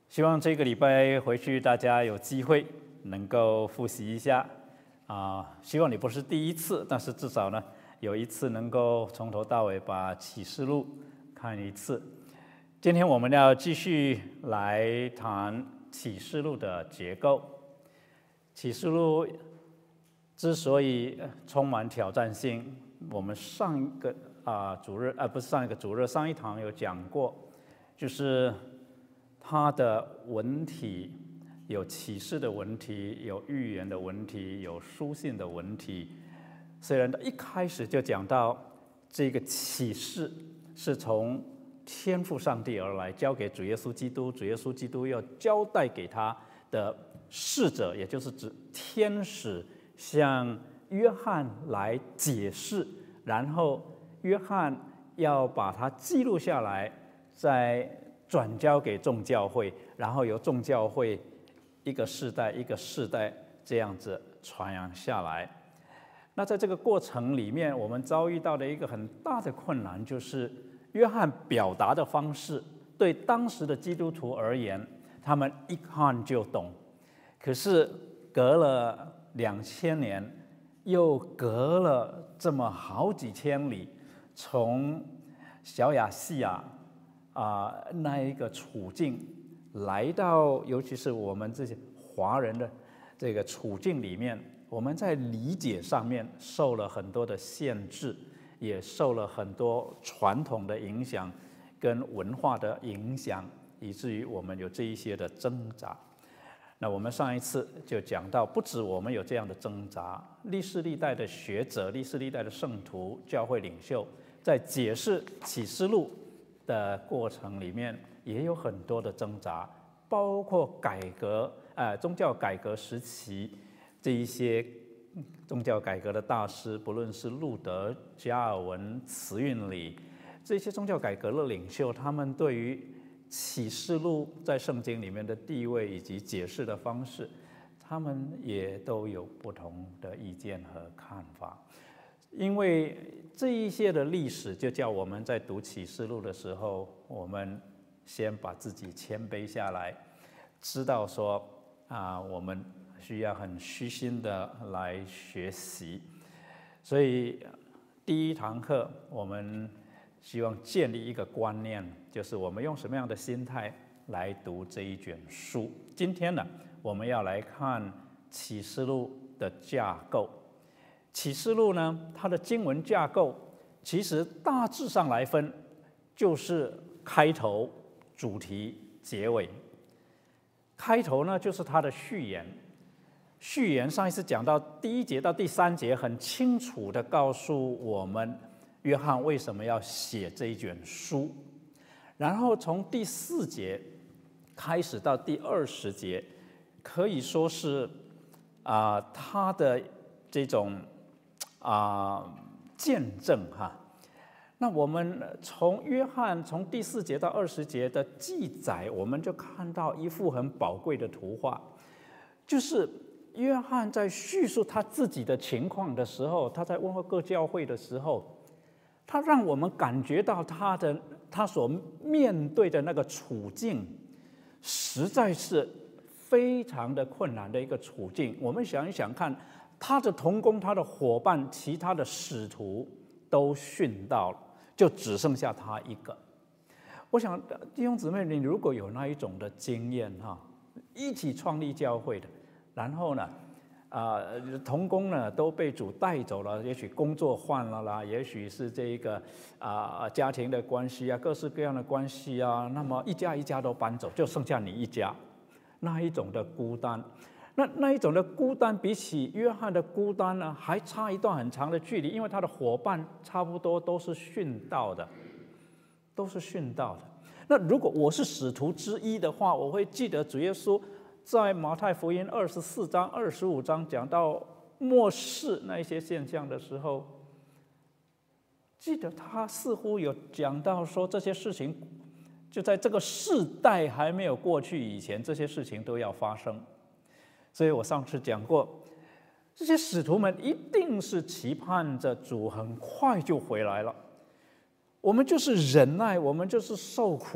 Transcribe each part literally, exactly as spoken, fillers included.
希望这个礼拜回去大家有机会能够复习一下啊。希望你不是第一次，但是至少呢有一次能够从头到尾把启示录看一次。今天我们要继续来谈启示录的结构。启示录之所以充满挑战性，我们上一个啊主日啊不是上一个主日，上一堂有讲过，就是它的文体有启示的文体，有预言的文体，有书信的文体。虽然一开始就讲到这个启示是从天父上帝而来，交给主耶稣基督，主耶稣基督要交代给他的使者，也就是指天使，向约翰来解释，然后约翰要把它记录下来，再转交给众教会，然后由众教会一个世代一个世代这样子传扬下来。那在这个过程里面，我们遭遇到的一个很大的困难，就是约翰表达的方式对当时的基督徒而言，他们一看就懂。可是隔了两千年，又隔了这么好几千里，从小亚细亚啊、呃、那一个处境，来到尤其是我们这些华人的这个处境里面，我们在理解上面受了很多的限制，也受了很多传统的影响跟文化的影响，以至于我们有这一些的挣扎。那我们上一次就讲到，不止我们有这样的挣扎，历世历代的学者、历世历代的圣徒、教会领袖，在解释启示录的过程里面，也有很多的挣扎，包括改革，呃，宗教改革时期这一些宗教改革的大师，不论是路德、加尔文、慈运理，这些宗教改革的领袖，他们对于启示录在圣经里面的地位以及解释的方式，他们也都有不同的意见和看法。因为这一些的历史，就叫我们在读启示录的时候，我们先把自己谦卑下来，知道说啊，我们需要很虚心的来学习。所以第一堂课我们希望建立一个观念，就是我们用什么样的心态来读这一卷书。今天呢，我们要来看启示录的架构。启示录呢，它的经文架构其实大致上来分，就是开头、主题、结尾。开头呢，就是它的序言。序言上一次讲到第一节到第三节，很清楚的告诉我们约翰为什么要写这一卷书。然后从第四节开始到第二十节，可以说是啊、呃、他的这种啊、呃、见证哈。那我们从约翰从第四节到二十节的记载，我们就看到一幅很宝贵的图画，就是约翰在叙述他自己的情况的时候，他在问候各教会的时候，他让我们感觉到他的他所面对的那个处境，实在是非常的困难的一个处境。我们想一想看，他的同工、他的伙伴、其他的使徒都殉道了，就只剩下他一个。我想弟兄姊妹，你如果有那一种的经验哈，一起创立教会的，然后呢，啊、呃，同工呢都被主带走了，也许工作换了啦，也许是这个啊、呃、家庭的关系啊，各式各样的关系啊，那么一家一家都搬走，就剩下你一家，那一种的孤单，那那一种的孤单，比起约翰的孤单呢，还差一段很长的距离，因为他的伙伴差不多都是殉道的，都是殉道的。那如果我是使徒之一的话，我会记得主耶稣在马太福音二十四章、二十五章讲到末世那一些现象的时候，记得他似乎有讲到说，这些事情就在这个世代还没有过去以前，这些事情都要发生。所以我上次讲过，这些使徒们一定是期盼着主很快就回来了。我们就是忍耐，我们就是受苦，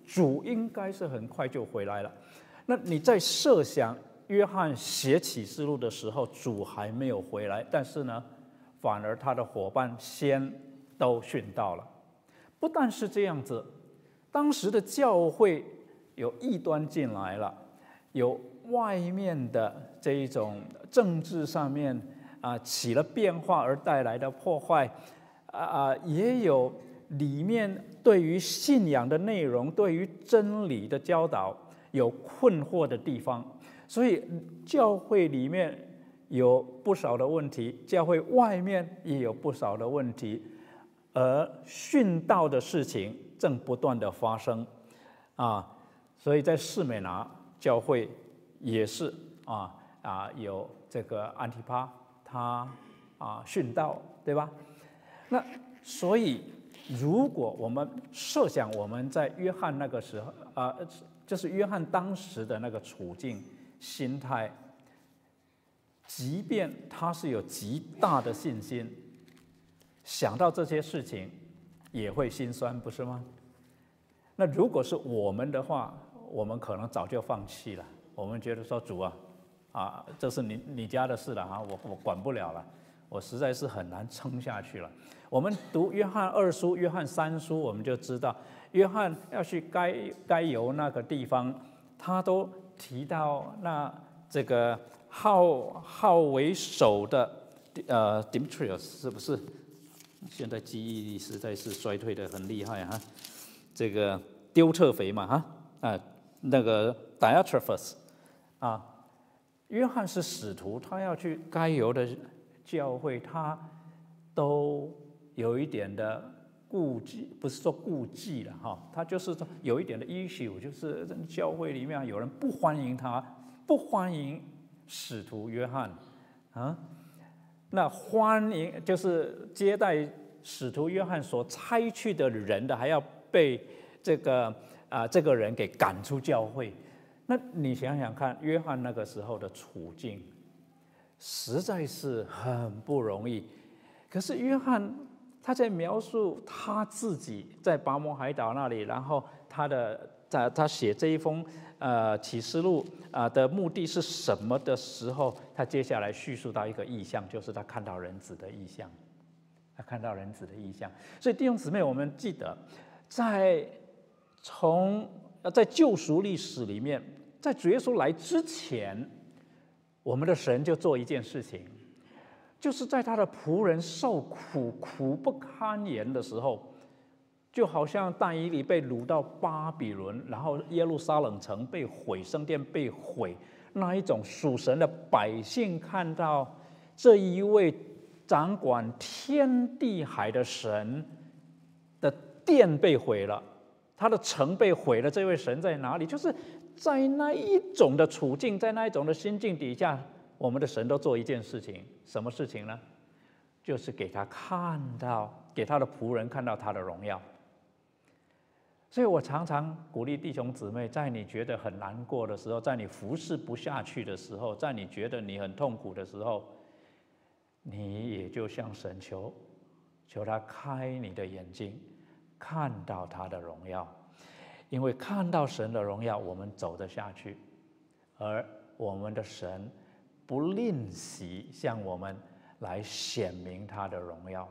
主应该是很快就回来了。那你在设想约翰写启示录的时候，主还没有回来，但是呢，反而他的伙伴先都殉道了。不但是这样子，当时的教会有异端进来了，有外面的这一种政治上面啊起了变化而带来的破坏，啊也有里面对于信仰的内容、对于真理的教导有困惑的地方，所以教会里面有不少的问题，教会外面也有不少的问题，而殉道的事情正不断的发生啊，所以在士美拿教会也是啊啊有这个安提帕他啊殉道，对吧？那所以如果我们设想我们在约翰那个时候啊，就是约翰当时的那个处境心态，即便他是有极大的信心，想到这些事情也会心酸，不是吗？那如果是我们的话，我们可能早就放弃了。我们觉得说主啊，啊，这是你你家的事了啊，我我管不了了，我实在是很难撑下去了。我们读约翰二书、约翰三书，我们就知道，约翰要去该该由那个地方，他都提到那这个好好为首的呃 Demetrius 是不是？现在记忆力实在是衰退的很厉害哈。这个丢特腓嘛哈啊，那个 Diotrephes 啊，约翰是使徒，他要去该由的教会，他都有一点的顾忌，不是说顾忌了哈，他就是说有一点的 issue， 就是教会里面有人不欢迎他，不欢迎使徒约翰啊。那欢迎就是接待使徒约翰所差去的人的，还要被这个啊、呃、这个人给赶出教会。那你想想看，约翰那个时候的处境，实在是很不容易。可是约翰他在描述他自己在拔摩海岛那里，然后他的他他写这一封呃启示录啊的目的是什么的时候，他接下来叙述到一个意象，就是他看到人子的意象，他看到人子的意象。所以弟兄姊妹，我们记得在从在救赎历史里面，在主耶稣来之前，我们的神就做一件事情，就是在他的仆人受苦苦不堪言的时候，就好像但以理被掳到巴比伦，然后耶路撒冷城被毁，圣殿被毁，那一种属神的百姓看到这一位掌管天地海的神的殿被毁了，他的城被毁了，这位神在哪里？就是在那一种的处境，在那一种的心境底下，我们的神都做一件事情，什么事情呢？就是给他看到，给他的仆人看到他的荣耀。所以我常常鼓励弟兄姊妹，在你觉得很难过的时候，在你服侍不下去的时候，在你觉得你很痛苦的时候，你也就向神求，求他开你的眼睛，看到他的荣耀。因为看到神的荣耀，我们走得下去，而我们的神不吝惜向我们来显明他的荣耀。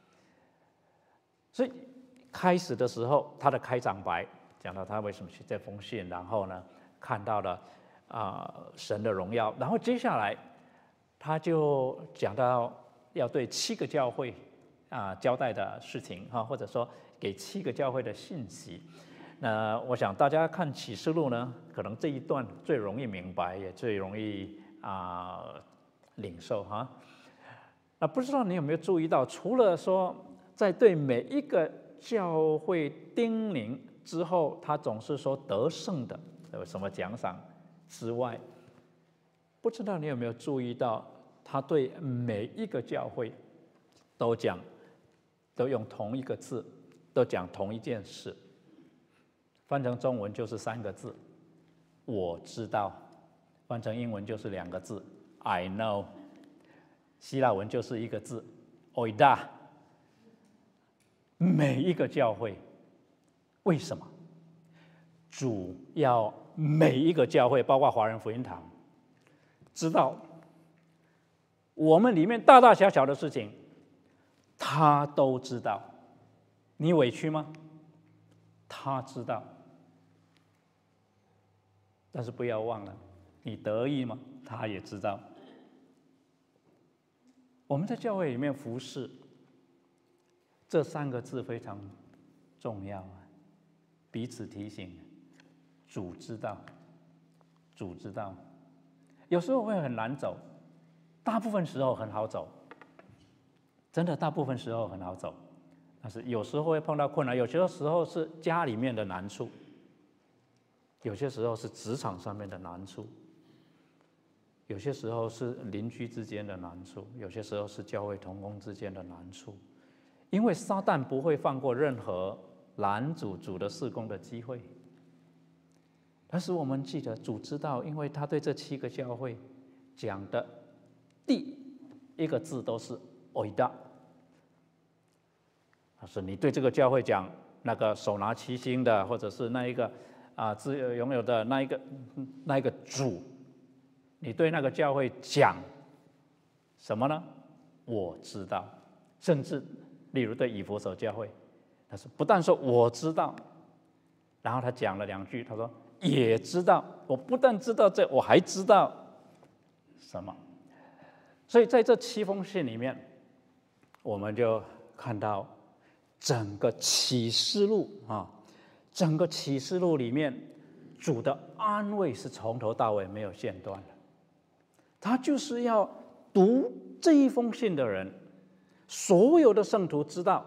所以开始的时候，他的开场白讲到他为什么写这封信，然后呢，看到了啊、呃、神的荣耀，然后接下来他就讲到要对七个教会啊、呃、交代的事情哈，或者说给七个教会的信息。那我想大家看启示录呢，可能这一段最容易明白，也最容易啊、呃、领受哈。那不知道你有没有注意到，除了说在对每一个教会叮咛之后，他总是说得胜的有什么奖赏之外，不知道你有没有注意到，他对每一个教会都讲，都用同一个字，都讲同一件事。翻成中文就是三个字，我知道；翻成英文就是两个字 ，I know； 希腊文就是一个字 ，oida。每一个教会，为什么？ 主要每一个教会，包括华人福音堂，知道我们里面大大小小的事情，他都知道。你委屈吗？他知道。但是不要忘了，你得意吗？他也知道。我们在教会里面服侍，这三个字非常重要啊，彼此提醒，主知道，主知道。有时候会很难走，大部分时候很好走，真的大部分时候很好走，但是有时候会碰到困难，有些时候是家里面的难处，有些时候是职场上面的难处，有些时候是邻居之间的难处，有些时候是教会同工之间的难处。因为撒旦不会放过任何拦阻主的事工的机会。但是我们记得，主知道，因为他对这七个教会讲的第一个字都是“伟大”。他说：“你对这个教会讲那个手拿七星的，或者是那一个啊自由拥有的那一个那一个主，你对那个教会讲什么呢？我知道。”甚至例如对以弗所教会，他说不但说我知道，然后他讲了两句，他说也知道，我不但知道这，我还知道什么。所以在这七封信里面，我们就看到整个启示录啊，整个启示录里面，主的安慰是从头到尾没有间断的。他就是要读这一封信的人，所有的圣徒知道，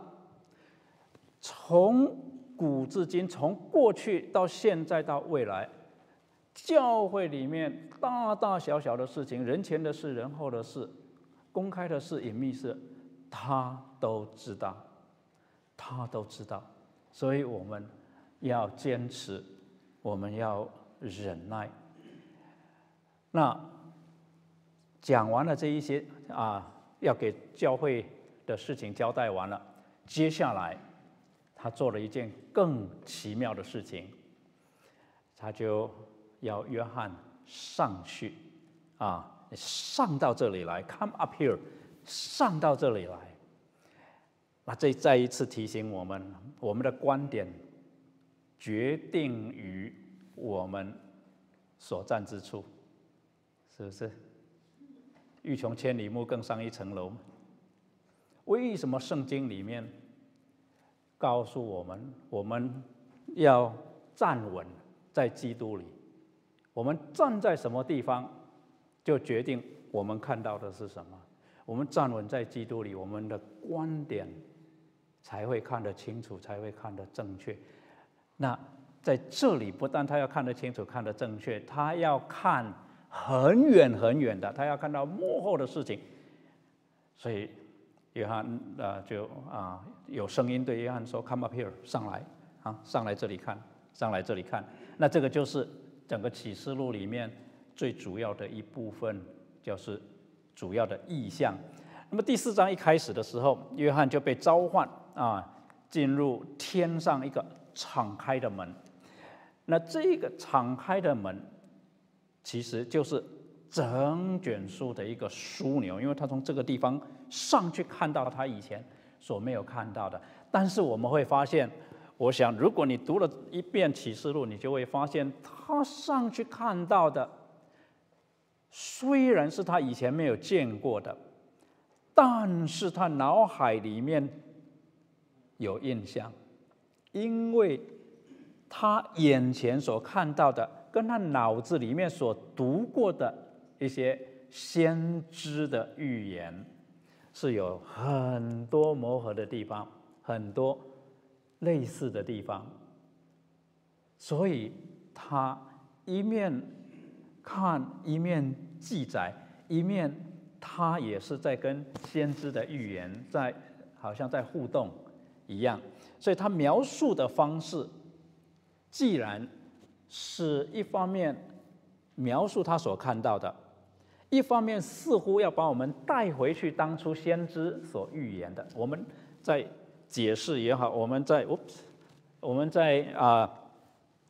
从古至今，从过去到现在到未来，教会里面大大小小的事情，人前的事、人后的事，公开的事、隐秘事，他都知道，他都知道。所以我们要坚持，我们要忍耐。那讲完了这一些啊，要给教会的事情交代完了，接下来他做了一件更奇妙的事情，他就要约翰上去啊，上到这里来 ，come up here， 上到这里来。那这再一次提醒我们，我们的观点决定于我们所站之处，是不是？欲穷千里目，更上一层楼。为什么圣经里面告诉我们，我们要站稳在基督里？我们站在什么地方，就决定我们看到的是什么。我们站稳在基督里，我们的观点才会看得清楚，才会看得正确。那在这里，不但他要看得清楚、看得正确，他要看很远很远的，他要看到幕后的事情。所以约翰呃就啊、呃、有声音对约翰说 ：“Come up here， 上来啊，上来这里看，上来这里看。”那这个就是整个启示录里面最主要的一部分，就是主要的意象。那么第四章一开始的时候，约翰就被召唤啊，进入天上一个敞开的门。那这个敞开的门，其实就是整卷书的一个枢纽，因为他从这个地方上去看到他以前所没有看到的。但是我们会发现，我想如果你读了一遍启示录，你就会发现他上去看到的，虽然是他以前没有见过的，但是他脑海里面有印象，因为他眼前所看到的跟他脑子里面所读过的一些先知的预言是有很多磨合的地方，很多类似的地方，所以他一面看一面记载，一面他也是在跟先知的预言在好像在互动一样，所以他描述的方式既然是一方面描述他所看到的，一方面似乎要把我们带回去当初先知所预言的。我们在解释也好，我们在我们在啊、呃、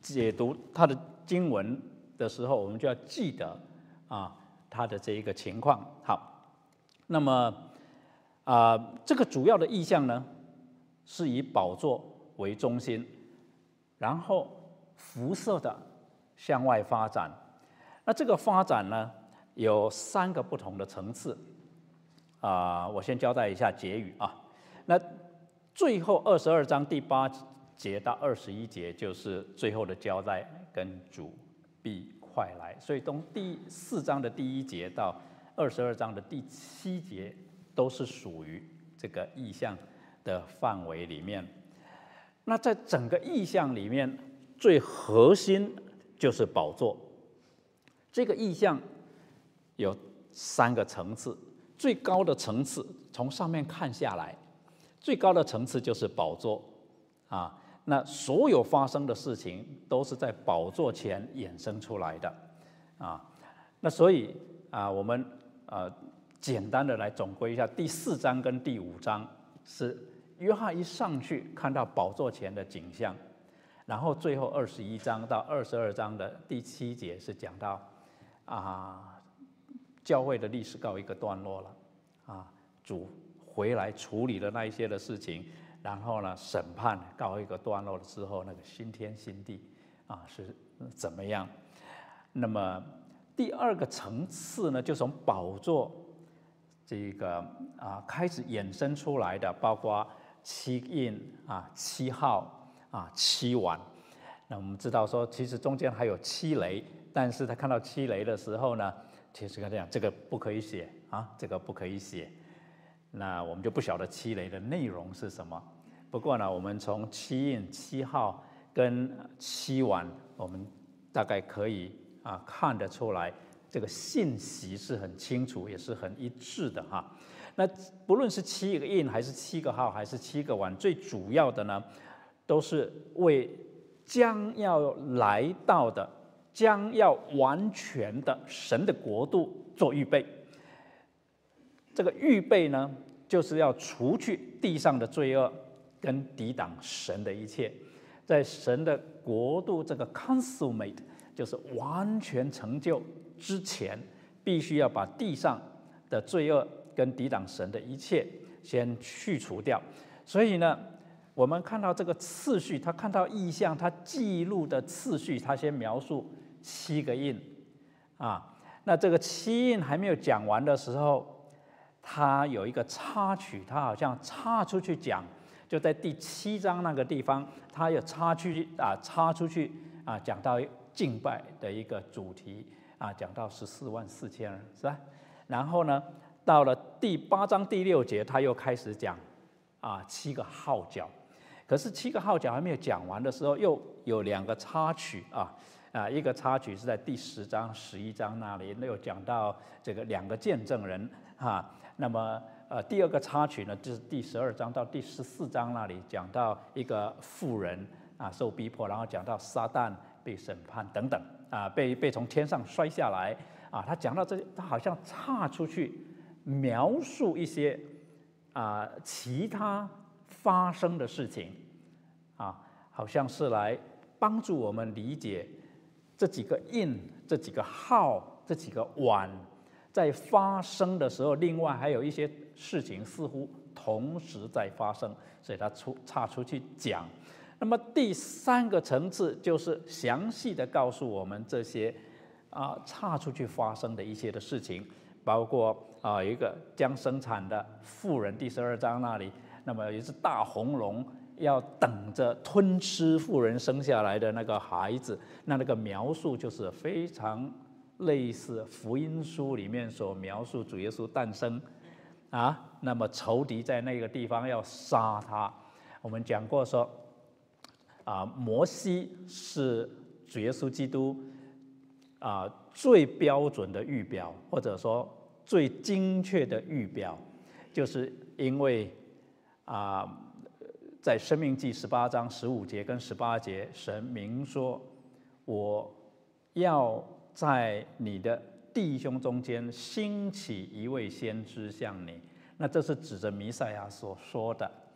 解读他的经文的时候，我们就要记得啊他的这一个情况。好，那么啊、呃、这个主要的意象呢，是以宝座为中心，然后辐射的向外发展。那这个发展呢，有三个不同的层次啊、呃，我先交代一下结语啊。那最后二十二章第八节到二十一节就是最后的交代，跟主必快来。所以从第四章的第一节到二十二章的第七节，都是属于这个意象的范围里面。那在整个意象里面，最核心就是宝座。这个意象有三个层次，最高的层次从上面看下来，最高的层次就是宝座啊。那所有发生的事情都是在宝座前衍生出来的啊。那所以啊，我们呃简单的来总归一下，第四章跟第五章是约翰一上去看到宝座前的景象，然后最后二十一章到二十二章的第七节是讲到啊，教会的历史告一个段落了啊，主回来处理了那一些的事情，然后呢，审判告一个段落了之后，那个新天新地啊是怎么样？那么第二个层次呢，就从宝座这个啊开始衍生出来的，包括七印啊、七号啊、七碗。那我们知道说，其实中间还有七雷，但是他看到七雷的时候呢，其实跟他讲这个不可以写啊，这个不可以写。那我们就不晓得七雷的内容是什么。不过呢，我们从七印、七号跟七碗，我们大概可以啊看得出来，这个信息是很清楚，也是很一致的哈。那不论是七个印，还是七个号，还是七个碗，最主要的呢，都是为将要来到的、将要完全的神的国度做预备。这个预备呢，就是要除去地上的罪恶，跟抵挡神的一切。在神的国度这个 consummate， 就是完全成就之前，必须要把地上的罪恶跟抵挡神的一切先去除掉。所以呢，我们看到这个次序，他看到异象，他记录的次序，他先描述七个印啊。那这个七印还没有讲完的时候，他有一个插曲，他好像插出去讲，就在第七章那个地方，他有插出去啊，插出去啊，讲到敬拜的一个主题啊，讲到十四万四千人，是吧？然后呢，到了第八章第六节，他又开始讲啊七个号角。可是七个号角还没有讲完的时候，又有两个插曲啊啊，一个插曲是在第十章、十一章那里，又讲到这个两个见证人哈。那么呃，第二个插曲呢，就是第十二章到第十四章那里讲到一个妇人啊受逼迫，然后讲到撒旦被审判等等啊，被被从天上摔下来啊。他讲到这，他好像插出去描述一些啊其他发生的事情啊，好像是来帮助我们理解这几个印、这几个号、这几个碗在发生的时候，另外还有一些事情似乎同时在发生，所以他出插出去讲。那么第三个层次就是详细的告诉我们这些啊插出去发生的一些的事情，包括啊有一个将生产的妇人，第十二章那里，那么有一只大红龙要等着吞吃妇人生下来的那个孩子，那那个描述就是非常类似福音书里面所描述主耶稣诞生啊，那么仇敌在那个地方要杀他。我们讲过说啊，摩西是主耶稣基督啊最标准的预表，或者说最精确的预表，就是因为啊，在申命记十八章十五节跟十八节，神明说，我要在你的弟兄中间兴起一位先知像你。那这是指着弥赛亚所说的。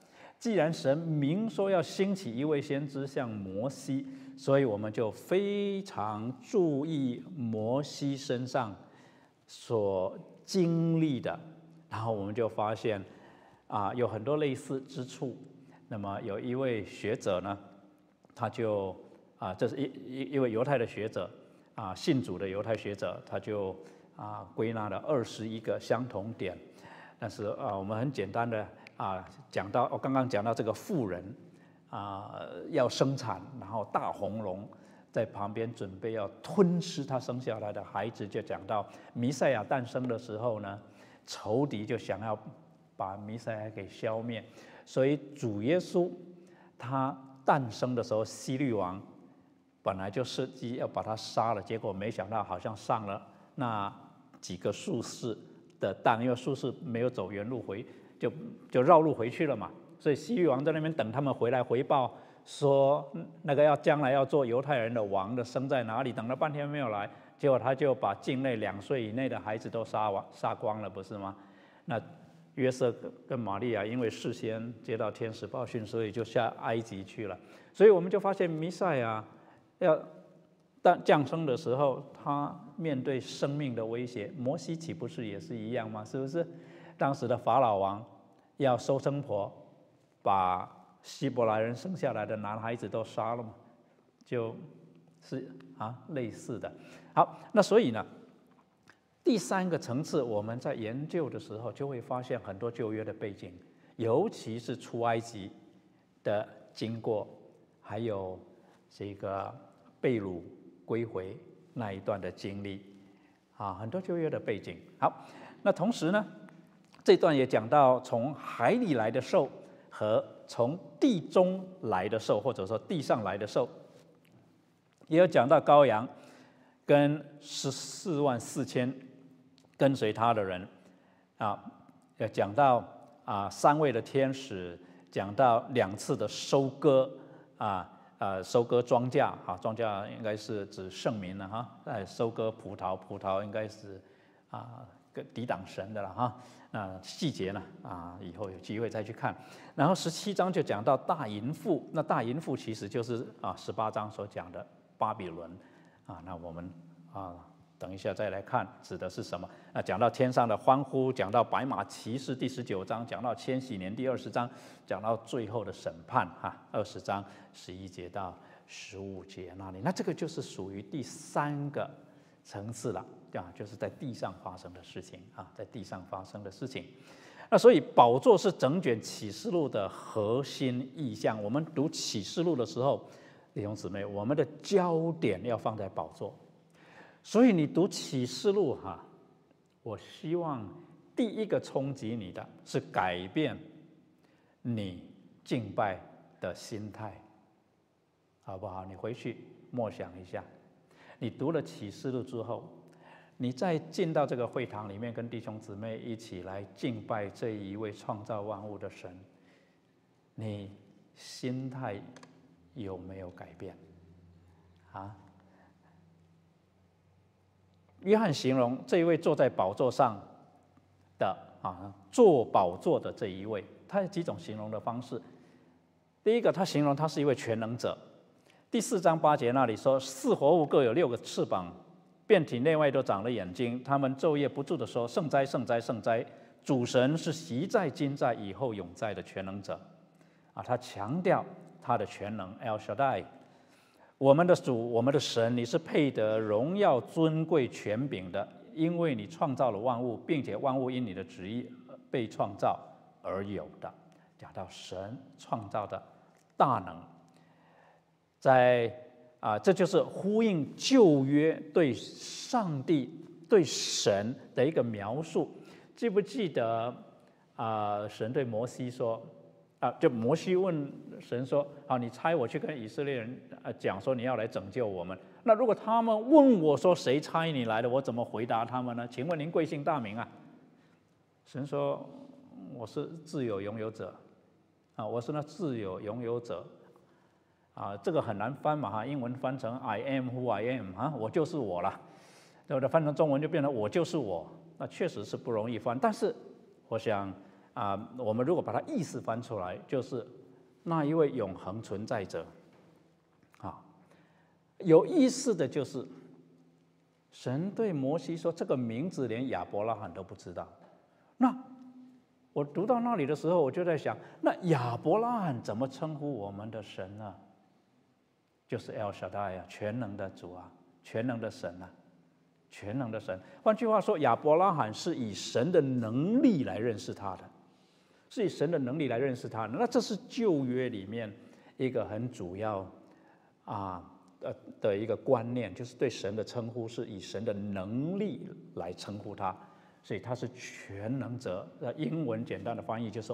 既然神明说要兴起一位先知像摩西，所以我们就非常注意摩西身上所经历的，然后我们就发现啊，有很多类似之处。那么有一位学者呢，他就啊，这是一一一位犹太的学者啊，信主的犹太学者，他就啊归纳了二十一个相同点。但是啊，我们很简单的啊讲到，我刚刚讲到这个妇人啊要生产，然后大红龙在旁边准备要吞吃他生下来的孩子，就讲到弥赛亚诞生的时候呢，仇敌就想要把弥赛亚给消灭，所以主耶稣他诞生的时候，希律王本来就设计要把他杀了，结果没想到好像上了那几个术士的当，因为术士没有走原路回，就就绕路回去了嘛。所以希律王在那边等他们回来回报，说那个要将来要做犹太人的王的生在哪里？等了半天没有来，结果他就把境内两岁以内的孩子都杀完杀光了，不是吗？那约瑟跟玛利亚因为事先接到天使报讯，所以就下埃及去了。所以我们就发现弥赛亚要降生的时候，他面对生命的威胁。摩西岂不是也是一样吗？是不是？当时的法老王要收生婆，把希伯来人生下来的男孩子都杀了嘛，就是啊类似的。好，那所以呢，第三个层次，我们在研究的时候就会发现很多旧约的背景，尤其是出埃及的经过，还有这个被掳归回那一段的经历啊，很多旧约的背景。好，那同时呢，这段也讲到从海里来的兽和从地中来的兽，或者说地上来的兽，也有讲到羔羊跟十四万四千跟随他的人啊，也讲到啊三位的天使，讲到两次的收割啊。呃，收割庄稼，哈，庄稼应该是指圣民了哈。在收割葡萄，葡萄应该是啊，个抵挡神的了哈。那细节呢，啊，以后有机会再去看。然后十七章就讲到大淫妇，那大淫妇其实就是啊十八章所讲的巴比伦啊。那我们啊等一下再来看指的是什么。那讲到天上的欢呼，讲到白马骑士第十九章，讲到千禧年第二十章，讲到最后的审判哈，二十章十一节到十五节那里，那这个就是属于第三个层次了啊，就是在地上发生的事情啊，在地上发生的事情。那所以宝座是整卷启示录的核心意象。我们读启示录的时候，弟兄姊妹，我们的焦点要放在宝座。所以你读启示录哈，我希望第一个冲击你的是改变你敬拜的心态，好不好？你回去默想一下，你读了启示录之后，你再进到这个会堂里面，跟弟兄姊妹一起来敬拜这一位创造万物的神，你心态有没有改变啊？约翰形容这一位坐在宝座上的啊，坐宝座的这一位，他有几种形容的方式。第一个，他形容他是一位全能者。第四章八节那里说，四活物各有六个翅膀，遍体内外都长了眼睛，他们昼夜不住地说：圣哉，圣哉，圣哉！主神是昔在、今在、以后永在的全能者。啊，他强调他的全能 El Shaddai。我们的主，我们的神，你是配得荣耀、尊贵、权柄的，因为你创造了万物，并且万物因你的旨意被创造而有的。讲到神创造的大能，在啊，这就是呼应旧约对上帝、对神的一个描述。记不记得啊？神对摩西说。啊，就摩西问神说：“好，你差我去跟以色列人啊讲说你要来拯救我们。那如果他们问我说谁差你来的，我怎么回答他们呢？请问您贵姓大名啊？”神说：“我是自有拥有者，啊，我是那自有拥有者。啊，这个很难翻嘛哈，英文翻成 I am who I am 啊，我就是我了，对不对？翻成中文就变成我就是我，那确实是不容易翻。但是我想。” 啊，我们如果把它意思翻出来，就是那一位永恒存在者。啊，有意思的就是，神对摩西说，这个名字连亚伯拉罕都不知道。那我读到那里的时候，我就在想，那亚伯拉罕怎么称呼我们的神呢？就是 El Shaddai 啊，全能的主啊，全能的神啊，全能的神。换句话说，亚伯拉罕是以神的能力来认识他的，是以神的能力来认识他的。那这是旧约里面一个很主要啊呃的一个观念，就是对神的称呼是以神的能力来称呼他，所以他是全能者。英文简单的翻译就是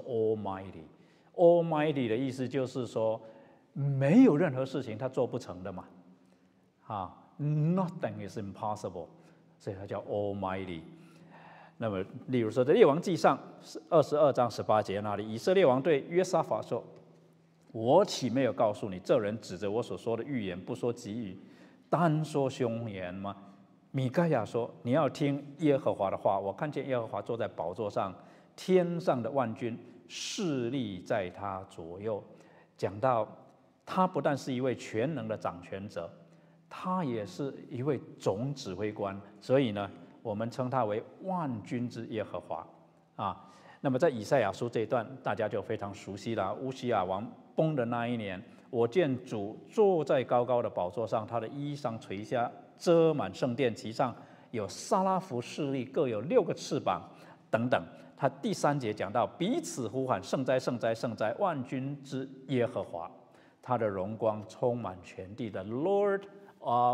Almighty。Almighty 的意思就是说，没有任何事情他做不成的嘛，啊 ，Nothing is impossible， 所以他叫 Almighty。那么，例如说在列王记上二十二章十八节那里，以色列王对约沙法说：“我岂没有告诉你，这人指着我所说的预言不说吉语，单说凶言吗？”米该亚说：“你要听耶和华的话。我看见耶和华坐在宝座上，天上的万军侍立在他左右。”讲到他不但是一位全能的掌权者，他也是一位总指挥官，所以呢，我们称他为万军之耶和华啊。那么在以赛亚书这一段，大家就非常熟悉了。乌西亚王崩的那一年，我见主坐在高高的宝座上，他的衣裳垂下，遮满圣殿，其上有撒拉弗侍立，各有六个翅膀，等等。他第三节讲到彼此呼喊：圣哉，圣哉，圣哉，万军之耶和华，他的荣光充满全地的 Lord of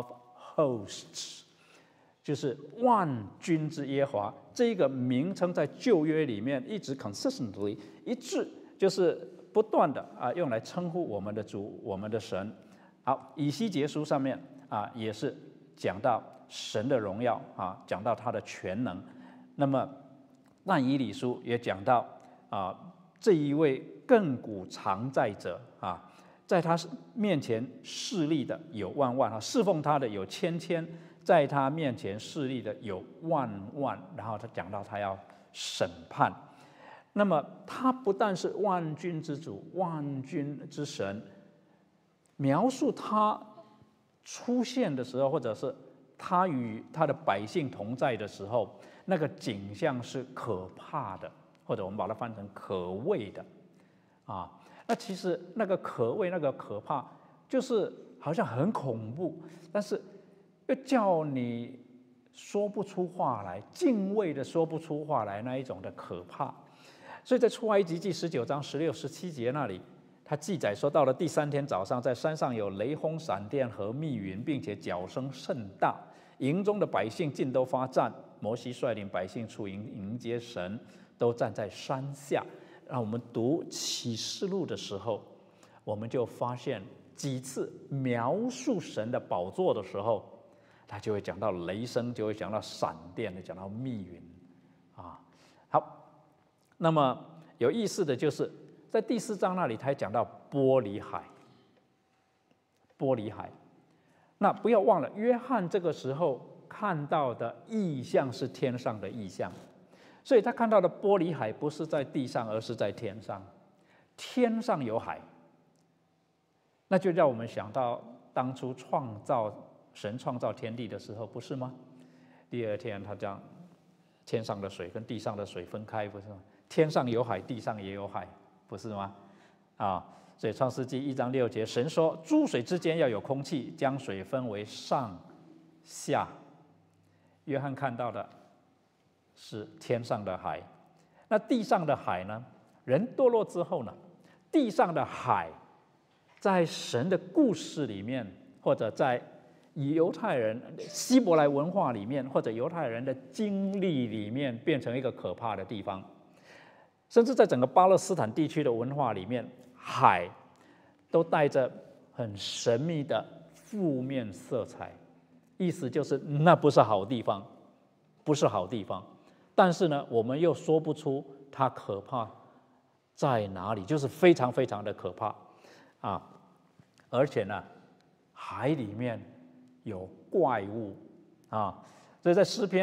Hosts， 就是万军之耶和华这个名称在旧约里面一直 consistently 一致，就是不断的啊用来称呼我们的主，我们的神。好，以西结书上面啊也是讲到神的荣耀啊，讲到他的全能。那么但以理书也讲到啊，这一位亘古常在者啊，在他面前侍立的有万万啊，侍奉他的有千千，在他面前侍立的有万万。然后他讲到他要审判，那么他不但是万军之主、万军之神，描述他出现的时候，或者是他与他的百姓同在的时候，那个景象是可怕的，或者我们把它翻成可畏的啊。那其实那个可畏、那个可怕，就是好像很恐怖，但是又叫你说不出话来，敬畏的说不出话来，那一种的可怕。所以在出埃及记十九章十六、十七节那里，他记载说，到了第三天早上，在山上有雷轰、闪电和密云，并且角声甚大，营中的百姓尽都发战。摩西率领百姓出营迎接神，都站在山下。让我们读启示录的时候，我们就发现几次描述神的宝座的时候，他就会讲到雷声，就会讲到闪电，就讲到密云啊。好，那么有意思的就是在第四章那里，他讲到玻璃海，玻璃海。那不要忘了，约翰这个时候看到的异象是天上的异象，所以他看到的玻璃海不是在地上，而是在天上。天上有海，那就让我们想到当初创造神创造天地的时候，不是吗？第二天他将天上的水跟地上的水分开，不是吗？天上有海，地上也有海，不是吗？啊，所以创世纪一章六节，神说诸水之间要有空气，将水分为上下。约翰看到的是天上的海，那地上的海呢？人堕落之后呢，地上的海在神的故事里面，或者在犹太人希伯来文化里面，或者犹太人的经历里面，变成一个可怕的地方。甚至在整个巴勒斯坦地区的文化里面，海都带着很神秘的负面色彩，意思就是那不是好地方，不是好地方。但是呢，我们又说不出它可怕在哪里，就是非常非常的可怕啊！而且呢，海里面有怪物啊，所以在诗篇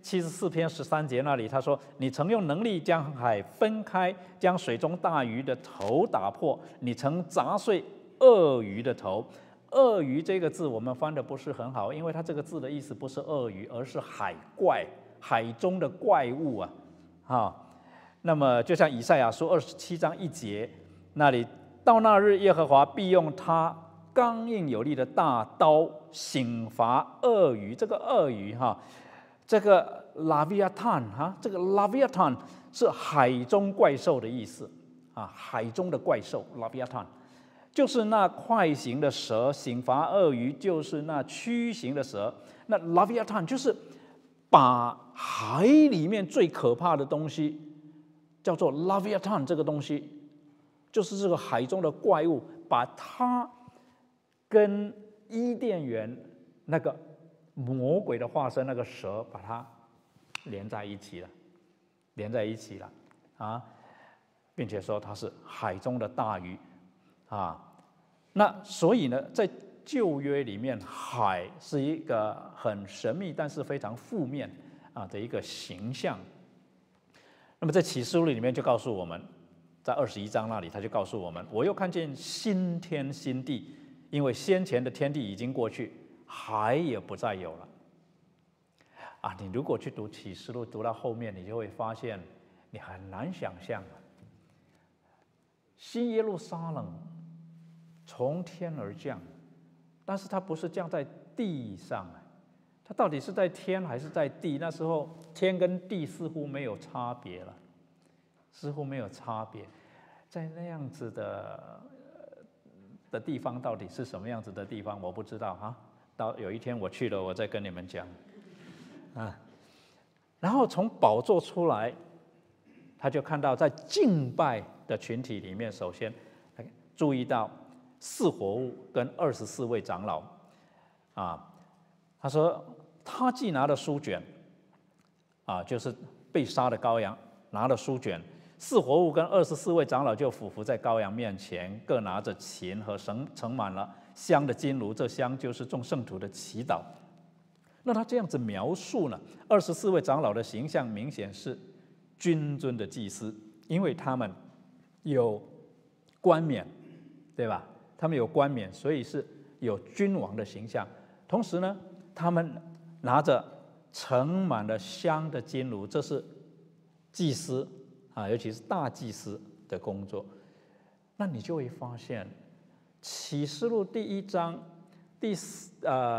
七十四篇十三节那里，他说：“你曾用能力将海分开，将水中大鱼的头打破，你曾砸碎鳄鱼的头。”鳄鱼这个字我们翻的不是很好，因为它这个字的意思不是鳄鱼，而是海怪，海中的怪物啊！啊，那么就像以赛亚书二十七章一节那里，到那日耶和华必用他刚硬有力的大刀刑罚鳄鱼。这个鳄鱼哈，这个 Leviathan 哈，这个 Leviathan 是海中怪兽的意思啊，海中的怪兽 Leviathan 就是那快行的蛇，刑罚鳄鱼就是那驱行的蛇。那 Leviathan 就是把海里面最可怕的东西叫做 Leviathan， 这个东西就是这个海中的怪物，把它跟伊甸园那个魔鬼的化身那个蛇把它连在一起了，连在一起了啊，并且说它是海中的大鱼啊。那所以呢，在旧约里面，海是一个很神秘但是非常负面啊的一个形象。那么在启示录里面就告诉我们，在二十一章那里他就告诉我们，我又看见新天新地，因为先前的天地已经过去，海也不再有了。啊，你如果去读启示录，读到后面，你就会发现，你很难想象，新耶路撒冷从天而降，但是它不是降在地上，它到底是在天还是在地？那时候天跟地似乎没有差别了，似乎没有差别。在那样子的的地方，到底是什么样子的地方，我不知道哈。到有一天我去了，我再跟你们讲。啊，然后从宝座出来，他就看到在敬拜的群体里面，首先注意到四活物跟二十四位长老，啊，他说他既拿了书卷，啊，就是被杀的羔羊拿了书卷，四活物跟二十四位长老就俯伏在羔羊面前，各拿着琴和盛盛满了香的金炉，这香就是众圣徒的祈祷。那他这样子描述呢，二十四位长老的形象明显是君尊的祭司，因为他们有冠冕，对吧？他们有冠冕，所以是有君王的形象。同时呢，他们拿着盛满了香的金炉，这是祭司啊，尤其是大祭司的工作。那你就会发现，启示录第一章第四呃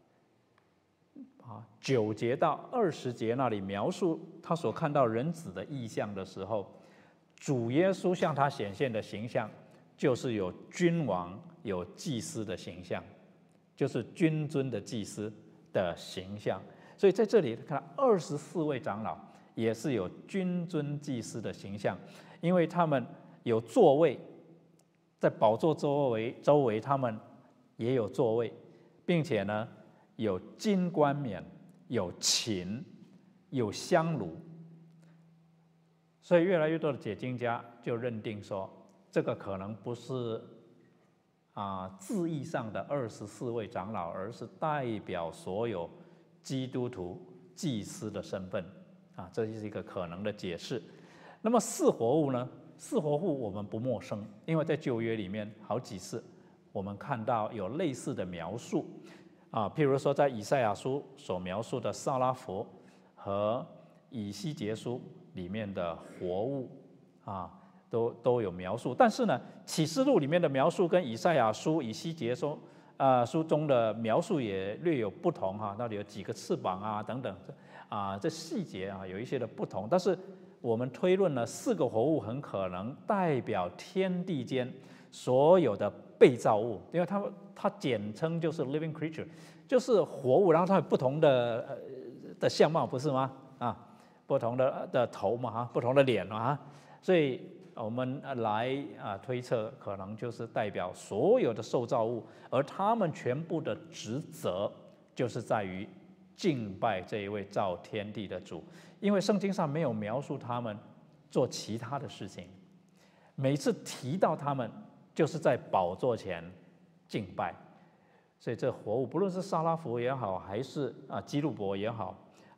啊九节到二十节那里描述他所看到人子的异象的时候，主耶稣向他显现的形象，就是有君王、有祭司的形象，就是君尊的祭司的形象。所以在这里看二十四位长老也是有君尊祭司的形象，因为他们有座位，在宝座周围周围他们也有座位，并且呢有金冠冕、有琴、有香炉。所以越来越多的解经家就认定说，这个可能不是啊字义上的二十四位长老，而是代表所有基督徒祭司的身份啊，这是一个可能的解释。那么四活物呢？四活物我们不陌生，因为在旧约里面好几次我们看到有类似的描述啊，譬如说在以赛亚书所描述的撒拉弗和以西结书里面的活物啊，都都有描述。但是呢，启示录里面的描述跟以赛亚书、以西结书啊书中的描述也略有不同哈，到底有几个翅膀啊等等啊，这细节啊有一些的不同。但是我们推论呢，四个活物很可能代表天地间所有的被造物，因为它它简称就是 living creature， 就是活物，然后它有不同的呃的相貌，不是吗？啊，不同的的头嘛哈，不同的脸嘛哈，所以我们来啊推测，可能就是代表所有的受造物，而他们全部的职责就是在于敬拜这一位造天地的主，因为圣经上没有描述他们做其他的事情，每次提到他们就是在宝座前敬拜。所以这活物不论是撒拉弗也好，还是啊基路伯也好，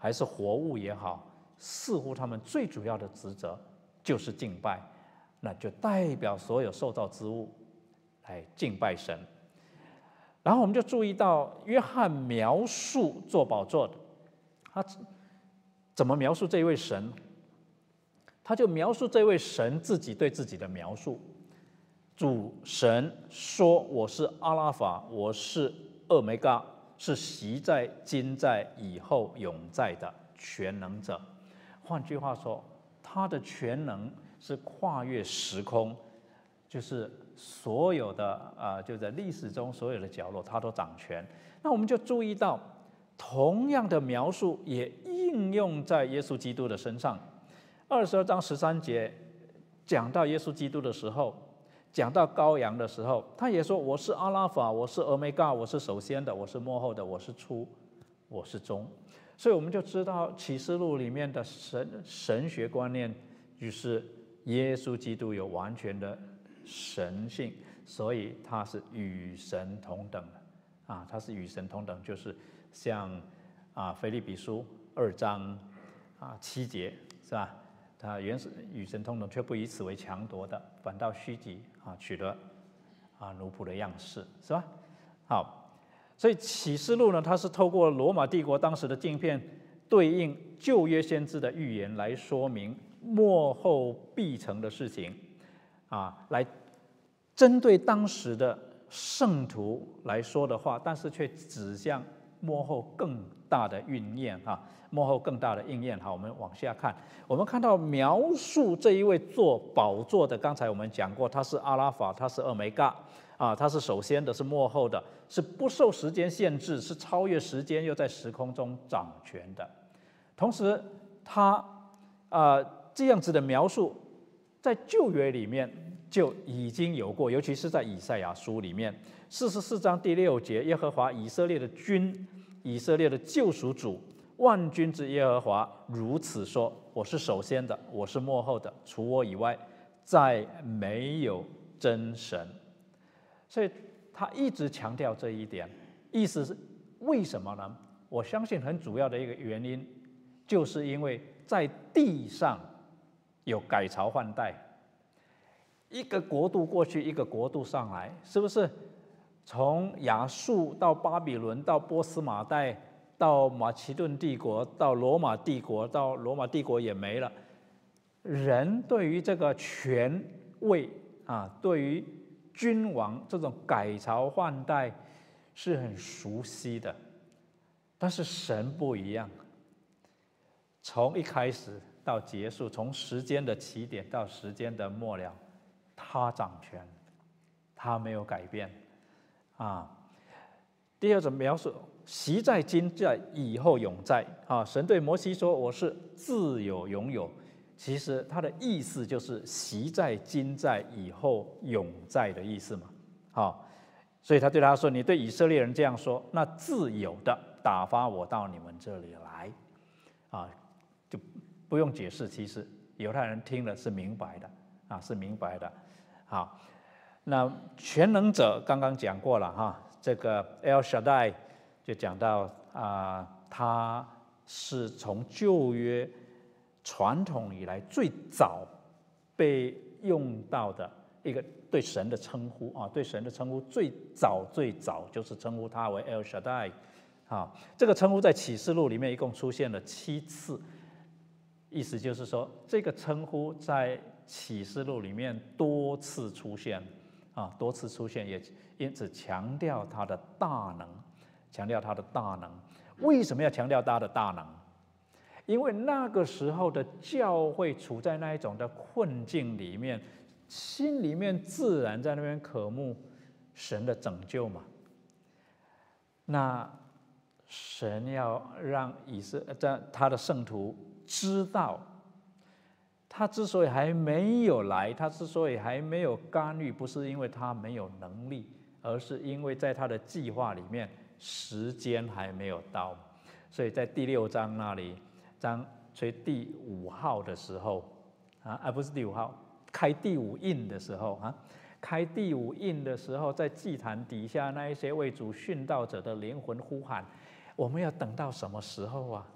还是活物也好，似乎他们最主要的职责就是敬拜，那就代表所有受造之物来敬拜神。然后我们就注意到约翰描述做宝座的，他怎么描述这位神？他就描述这位神自己对自己的描述。主神说：“我是阿拉法，我是俄梅嘎，是昔在、今在、以后永在的全能者。”换句话说，他的全能是跨越时空，就是所有的啊、呃，就在历史中所有的角落，他都掌权。那我们就注意到，同样的描述也应用在耶稣基督的身上。二十二章十三节讲到耶稣基督的时候，讲到羔羊的时候，他也说：“我是阿拉法，我是俄梅嘎，我是首先的，我是末后的，我是初，我是终。”所以我们就知道启示录里面的神神学观念，就是耶稣基督有完全的神性，所以他是与神同等的啊，他是与神同等，就是像啊腓立比书二章啊七节是吧？他原是与神同等，却不以此为强夺的，反倒虚己啊，取得啊奴仆的样式，是吧？好，所以启示录呢，它是透过罗马帝国当时的镜片，对应旧约先知的预言来说明末后必成的事情，啊，来针对当时的圣徒来说的话，但是却指向末后更大的应验哈，末后更大的应验。好，我们往下看，我们看到描述这一位做宝座的，刚才我们讲过，他是阿拉法，他是俄梅嘎啊，他是首先的，是末后的，是不受时间限制，是超越时间又在时空中掌权的。同时，他啊、呃、这样子的描述，在旧约里面就已经有过，尤其是在以赛亚书里面四十四章第六节，耶和华以色列的君，以色列的救赎主，万军之耶和华如此说：我是首先的，我是末后的，除我以外再没有真神。所以他一直强调这一点，意思是为什么呢？我相信很主要的一个原因，就是因为在地上有改朝换代，一个国度过去，一个国度上来，是不是？从亚述到巴比伦，到波斯马代，到马其顿帝国，到罗马帝国，到罗马帝国也没了。人对于这个权位啊，对于君王这种改朝换代是很熟悉的，但是神不一样，从一开始到结束，从时间的起点到时间的末了，他掌权，他没有改变啊。第二种描述，昔在、今在、以后永在啊。神对摩西说：“我是自有永有。”其实它的意思就是昔在、今在、以后永在的意思嘛。好，所以他对他说：“你对以色列人这样说，那自有的打发我到你们这里来。”啊，就不用解释，其实犹太人听了是明白的啊，是明白的。好，那全能者刚刚讲过了哈，这个 El Shaddai 就讲到啊，他是从旧约传统以来最早被用到的一个对神的称呼啊，对神的称呼最早最早就是称呼他为 El Shaddai 啊，这个称呼在启示录里面一共出现了七次，意思就是说这个称呼在启示录里面多次出现啊，多次出现，也因此强调他的大能，强调他的大能。为什么要强调他的大能？因为那个时候的教会处在那一种的困境里面，心里面自然在那边渴慕神的拯救嘛。那神要让以色列他的圣徒知道，他之所以还没有来，他之所以还没有干预，不是因为他没有能力，而是因为在他的计划里面，时间还没有到。所以在第六章那里，章吹第五号的时候啊，而不是第五号，开第五印的时候啊，开第五印的时候，在祭坛底下那一些为主殉道者的灵魂呼喊：我们要等到什么时候啊？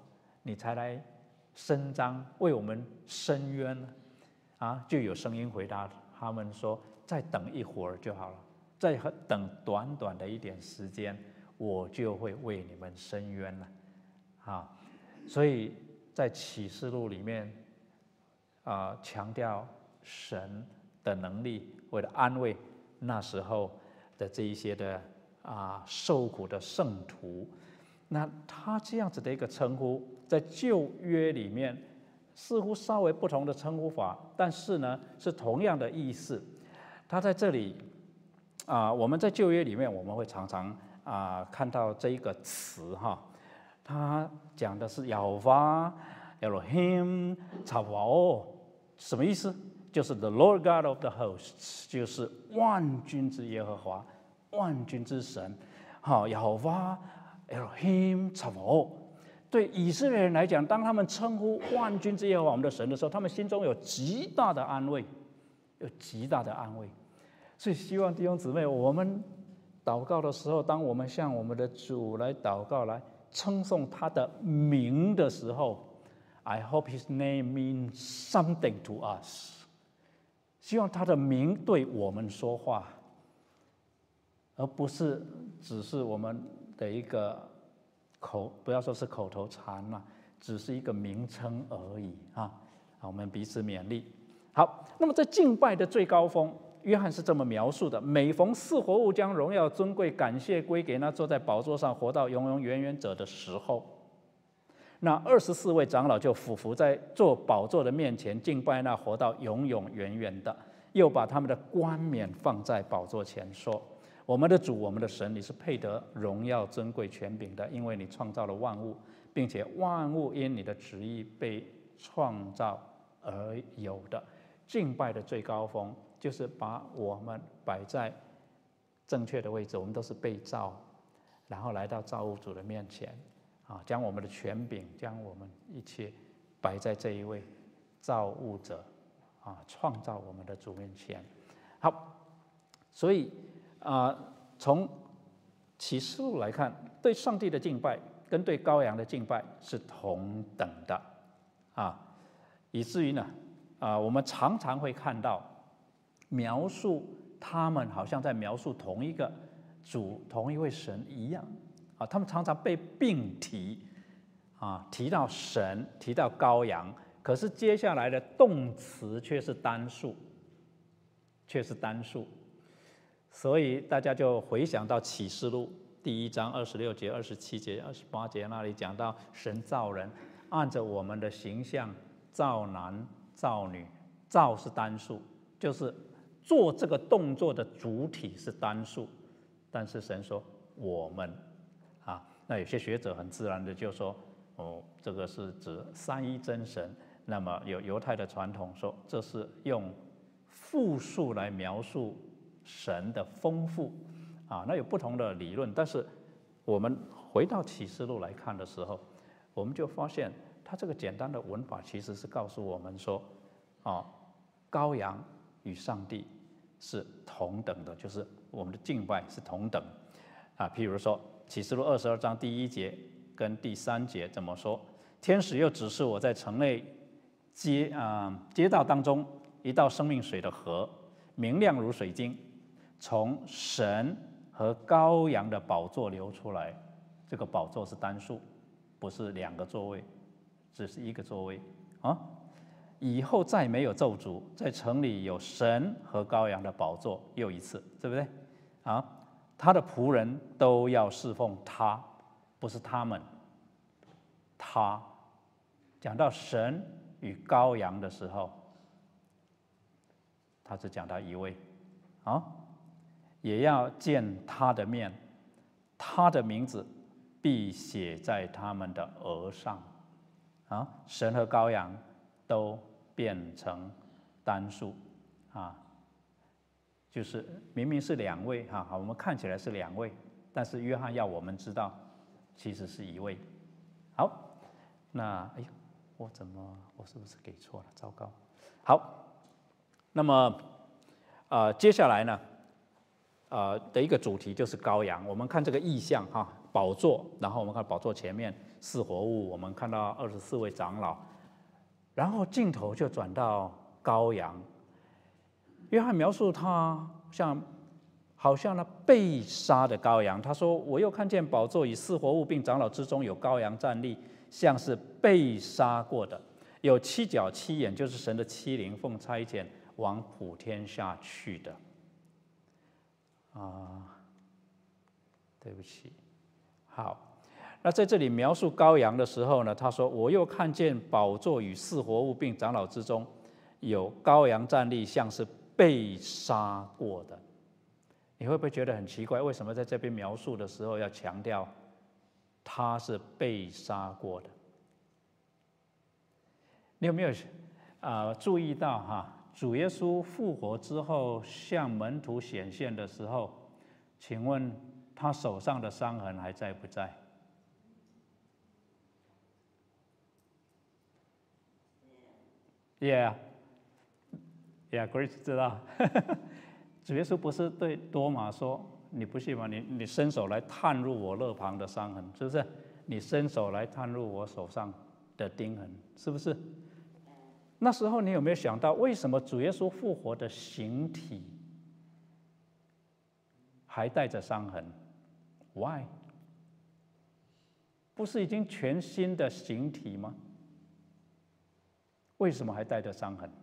你才来伸张为我们伸冤呢？啊，就有声音回答他们说：再等一会儿就好了，再等短短的一点时间，我就会为你们伸冤了。啊，所以在启示录里面啊、呃，强调神的能力，为了安慰那时候的这一些的啊受苦的圣徒。那他这样子的一个称呼，在旧约里面似乎稍微不同的称呼法，但是呢是同样的意思。他在这里啊、呃，我们在旧约里面我们会常常啊、呃、看到这一个词哈，他讲的是亚和华、Elohim、查瓦哦，什么意思？就是 The Lord God of the hosts， 就是万军之耶和华，万军之神。好，亚和华、Elohim、查瓦哦。对以色列人来讲，当他们称呼万军之耶和华我们的神的时候，他们心中有极大的安慰，有极大的安慰。所以希望弟兄姊妹，我们祷告的时候，当我们向我们的主来祷告，来称颂他的名的时候， I hope his name means something to us。 希望他的名对我们说话，而不是只是我们的一个口，不要说是口头禅了，只是一个名称而已啊！我们彼此勉励。好，那么在敬拜的最高峰，约翰是这么描述的：每逢四活物将荣耀、尊贵、感谢归给那坐在宝座上活到永永远远者的时候，那二十四位长老就俯伏在坐宝座的面前敬拜那活到永永远远的，又把他们的冠冕放在宝座前，说：我们的主，我们的神，你是配得荣耀、尊贵、权柄的，因为你创造了万物，并且万物因你的旨意被创造而有的。敬拜的最高峰就是把我们摆在正确的位置，我们都是被造，然后来到造物主的面前啊，将我们的权柄，将我们一切摆在这一位造物者啊，创造我们的主面前。好，所以啊，从启示录来看，对上帝的敬拜跟对羔羊的敬拜是同等的啊，以至于呢啊，我们常常会看到描述他们好像在描述同一个主、同一位神一样啊，他们常常被并提啊，提到神，提到羔羊，可是接下来的动词却是单数，却是单数。所以大家就回想到启示录第一章二十六节、二十七节、二十八节那里讲到神造人，按着我们的形象造男造女，造是单数，就是做这个动作的主体是单数，但是神说我们啊，那有些学者很自然的就说哦，这个是指三一真神。那么有犹太的传统说这是用复数来描述神的丰富啊，那有不同的理论，但是我们回到启示录来看的时候，我们就发现它这个简单的文法其实是告诉我们说啊，羔羊与上帝是同等的，就是我们的敬拜是同等啊。譬如说启示录二十二章第一节跟第三节怎么说？天使又指示我在城内街啊、呃、街道当中一道生命水的河，明亮如水晶，从神和羔羊的宝座流出来。这个宝座是单数，不是两个座位，只是一个座位啊。以后再没有咒诅，在城里有神和羔羊的宝座，又一次，对不对啊？他的仆人都要侍奉他，不是他们。他讲到神与羔羊的时候，他只讲到一位啊，也要见他的面，他的名字必写在他们的额上啊。神和羔羊都变成单数啊，就是明明是两位哈，我们看起来是两位，但是约翰要我们知道，其实是一位。好，那哎呦，我怎么我是不是给错了？糟糕。好，那么呃接下来呢，呃的一个主题就是羔羊。我们看这个意象哈， 宝座，然后我们看宝座前面四活物，我们看到二十四位长老，然后镜头就转到羔羊。约翰描述他像好像那被杀的羔羊，他说：“我又看见宝座与四活物并长老之中有羔羊站立，像是被杀过的，有七角七眼，就是神的七灵，奉差遣往普天下去的。”啊，对不起，好。那在这里描述羔羊的时候呢，他说：“我又看见宝座与四活物并长老之中有羔羊站立，像是被杀过的。”你会不会觉得很奇怪？为什么在这边描述的时候要强调他是被杀过的？你有没有啊、呃、注意到哈？主耶稣复活之后向门徒显现的时候，请问他手上的伤痕还在不在？ Yeah, yeah, Grace 知道。主耶稣不是对多马说：“你不信吗？你你伸手来探入我肋旁的伤痕，是不是？你伸手来探入我手上的钉痕，是不是？”那时候你有没有想到，为什么主耶稣复活的形体还带着伤痕 ？Why？ 不是已经全新的形体吗？为什么还带着伤痕？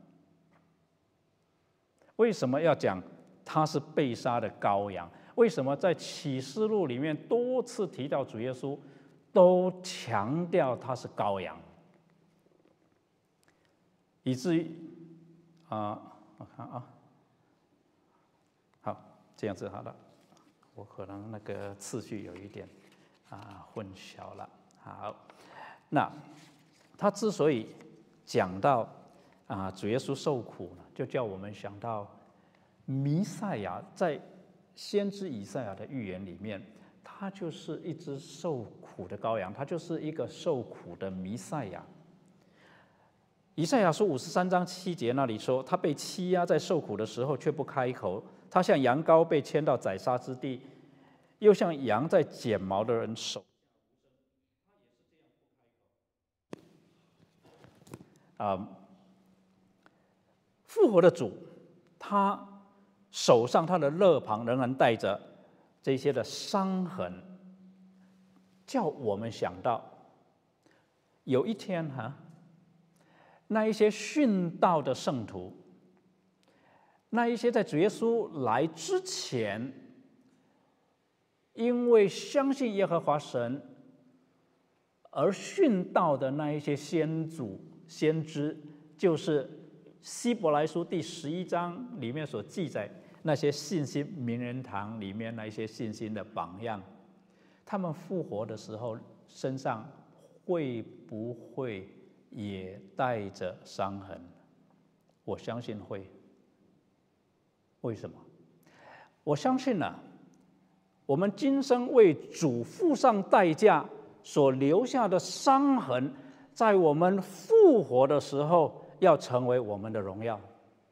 为什么要讲他是被杀的羔羊？为什么在启示录里面多次提到主耶稣，都强调他是羔羊，以至于啊，我看啊，好，这样子好了，我可能那个次序有一点啊混淆了。好，那他之所以讲到啊，主耶稣受苦呢，就叫我们想到弥赛亚在先知以赛亚的预言里面，他就是一只受苦的羔羊，他就是一个受苦的弥赛亚。以赛亚书五十三章七节那里说，他被欺压，在受苦的时候却不开口，他像羊羔被牵到宰杀之地，又像羊在剪毛的人手。啊，复活的主，他手上他的肋旁仍然带着这些的伤痕，叫我们想到，有一天哈，那一些殉道的圣徒，那一些在主耶稣来之前，因为相信耶和华神而殉道的那一些先祖。先知就是希伯来书第十一章里面所记载那些信心名人堂里面那一些信心的榜样，他们复活的时候身上会不会也带着伤痕？我相信会。为什么？我相信呢、啊，我们今生为主付上代价所留下的伤痕，在我们复活的时候，要成为我们的荣耀。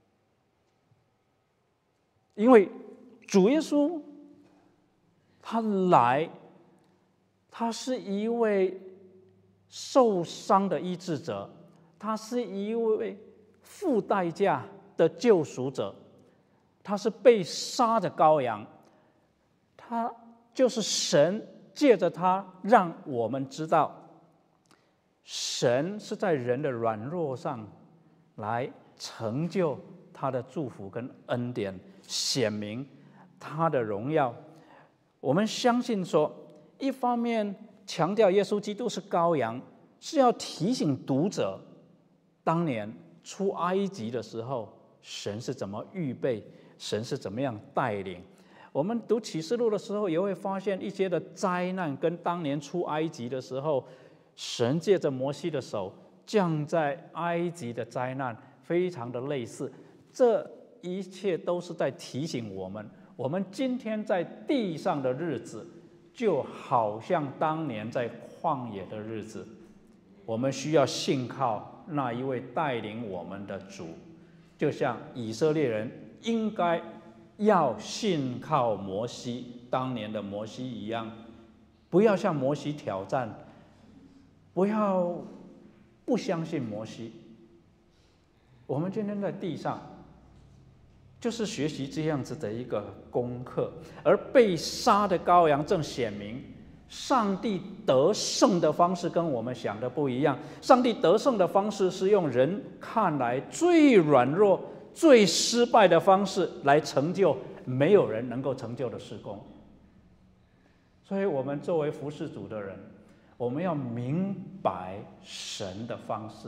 因为主耶稣他来，他是一位受伤的医治者，他是一位付代价的救赎者，他是被杀的羔羊，他就是神借着他让我们知道，神是在人的软弱上来成就他的祝福跟恩典，显明他的荣耀。我们相信说，一方面强调耶稣基督是羔羊，是要提醒读者，当年出埃及的时候，神是怎么预备，神是怎么样带领。我们读启示录的时候，也会发现一些的灾难跟当年出埃及的时候，神借着摩西的手降在埃及的灾难非常的类似。这一切都是在提醒我们，我们今天在地上的日子就好像当年在旷野的日子，我们需要信靠那一位带领我们的主，就像以色列人应该要信靠摩西，当年的摩西一样， 不要向摩西挑战，不要不相信摩西。我们今天在地上，就是学习这样子的一个功课，而被杀的羔羊正显明，上帝得胜的方式跟我们想的不一样。上帝得胜的方式是用人看来最软弱、最失败的方式来成就没有人能够成就的事工。所以我们作为服事主的人，我们要明白神的方式。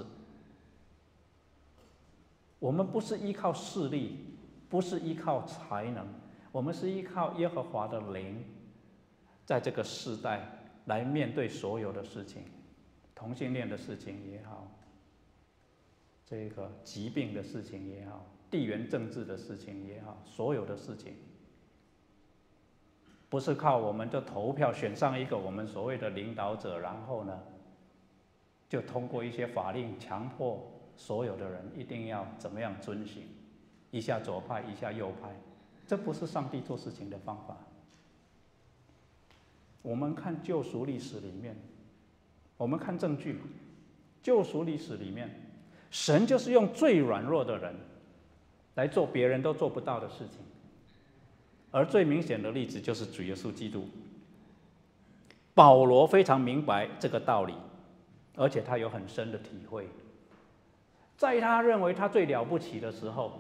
我们不是依靠势力，不是依靠才能，我们是依靠耶和华的灵，在这个世代来面对所有的事情，同性恋的事情也好，这个疾病的事情也好，地缘政治的事情也好，所有的事情，不是靠我们的投票选上一个我们所谓的领导者，然后呢，就通过一些法令强迫所有的人一定要怎么样遵行，一下左派一下右派，这不是上帝做事情的方法。我们看救赎历史里面，我们看证据，救赎历史里面，神就是用最软弱的人来做别人都做不到的事情。而最明显的例子就是主耶稣基督。保罗非常明白这个道理，而且他有很深的体会。在他认为他最了不起的时候，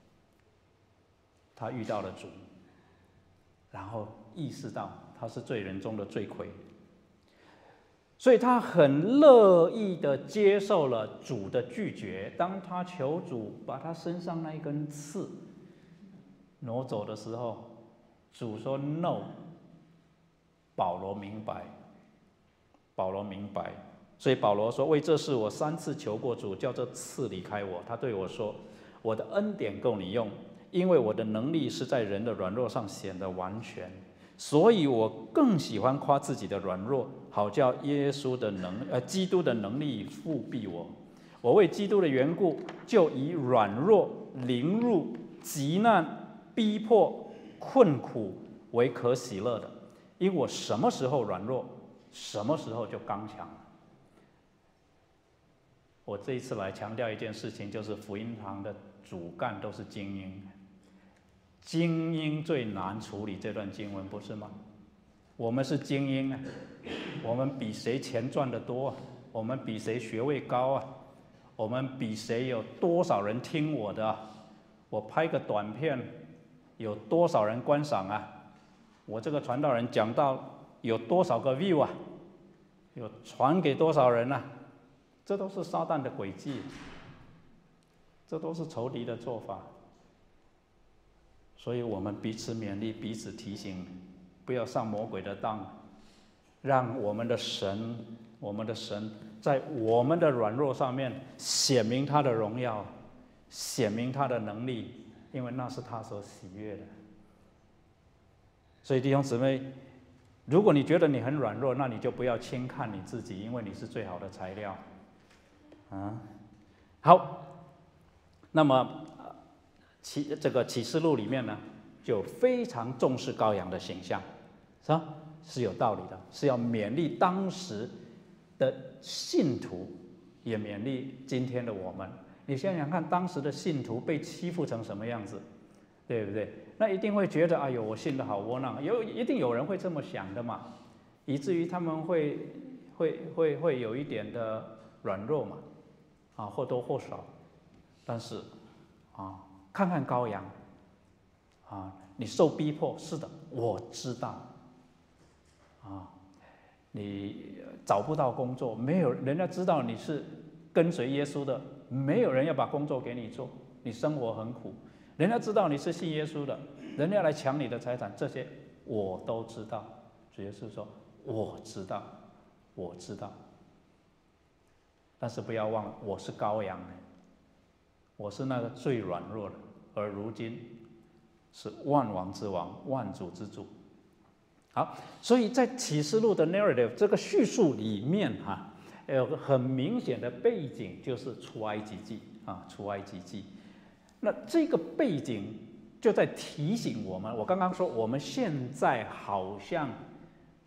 他遇到了主，然后意识到他是罪人中的罪魁，所以他很乐意的接受了主的拒绝。当他求主把他身上那一根刺挪走的时候，主说 no。 保罗明白，保罗明白，所以保罗说：“为这事我三次求过主，叫这刺离开我。他对我说：我的恩典够你用，因为我的能力是在人的软弱上显得完全。所以我更喜欢夸自己的软弱，好叫耶稣的能呃基督的能力复庇我。我为基督的缘故，就以软弱、凌辱、急难、逼迫、困苦为可喜乐的。因我什么时候软弱，什么时候就刚强了。”我这一次来强调一件事情，就是福音堂的主干都是精英，精英最难处理这段经文，不是吗？我们是精英啊，我们比谁钱赚得多啊，我们比谁学位高啊，我们比谁有多少人听我的啊，我拍个短片有多少人观赏啊，我这个传道人讲到有多少个 view 啊，有传给多少人啊，这都是撒旦的诡计，这都是仇敌的做法。所以我们彼此勉励，彼此提醒，不要上魔鬼的当，让我们的神，我们的神在我们的软弱上面显明他的荣耀，显明他的能力，因为那是他所喜悦的。所以弟兄姊妹，如果你觉得你很软弱，那你就不要轻看你自己，因为你是最好的材料。啊，好，那么启这个启示录里面呢，就非常重视羔羊的形象，是吧？是有道理的，是要勉励当时的信徒，也勉励今天的我们。你想想看，当时的信徒被欺负成什么样子，对不对？那一定会觉得，哎呦，我信得好窝囊，有一定有人会这么想的嘛，以至于他们会会会会有一点的软弱嘛，啊，或多或少。但是啊，看看羔羊，啊，你受逼迫，是的，我知道，啊，你找不到工作，没有人家知道你是跟随耶稣的，没有人要把工作给你做，你生活很苦。人家知道你是信耶稣的，人家来抢你的财产，这些我都知道。主耶稣说：“我知道，我知道。”但是不要忘了，我是羔羊，我是那个最软弱的，而如今是万王之王、万主之主。好，所以在启示录的 narrative 这个叙述里面哈，有个很明显的背景，就是出埃及记啊，出埃及记。那这个背景就在提醒我们，我刚刚说我们现在好像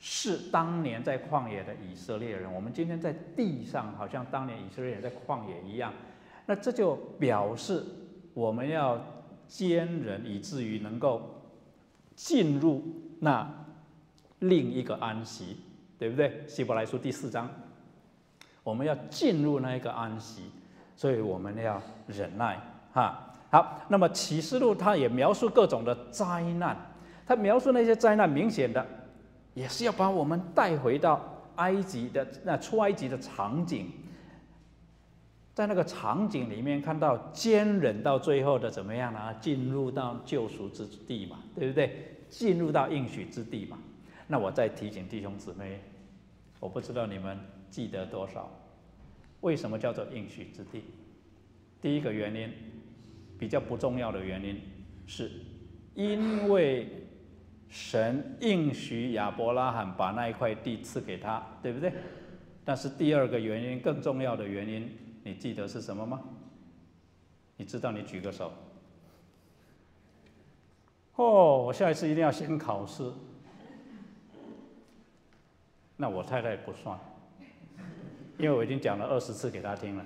是当年在旷野的以色列人，我们今天在地上好像当年以色列人在旷野一样，那这就表示我们要坚忍，以至于能够进入那另一个安息，对不对？希伯来书第四章，我们要进入那一个安息，所以我们要忍耐哈。好，那么启示录它也描述各种的灾难，它描述那些灾难，明显的也是要把我们带回到埃及的那出埃及的场景，在那个场景里面看到坚忍到最后的怎么样呢？进入到救赎之地嘛，对不对？进入到应许之地嘛。那我再提醒弟兄姊妹，我不知道你们记得多少？为什么叫做应许之地？第一个原因，比较不重要的原因，是因为神应许亚伯拉罕把那一块地赐给他，对不对？但是第二个原因，更重要的原因，你记得是什么吗？你知道？你举个手。哦，我下一次一定要先考试。那我太太不算，因为我已经讲了二十次给她听了。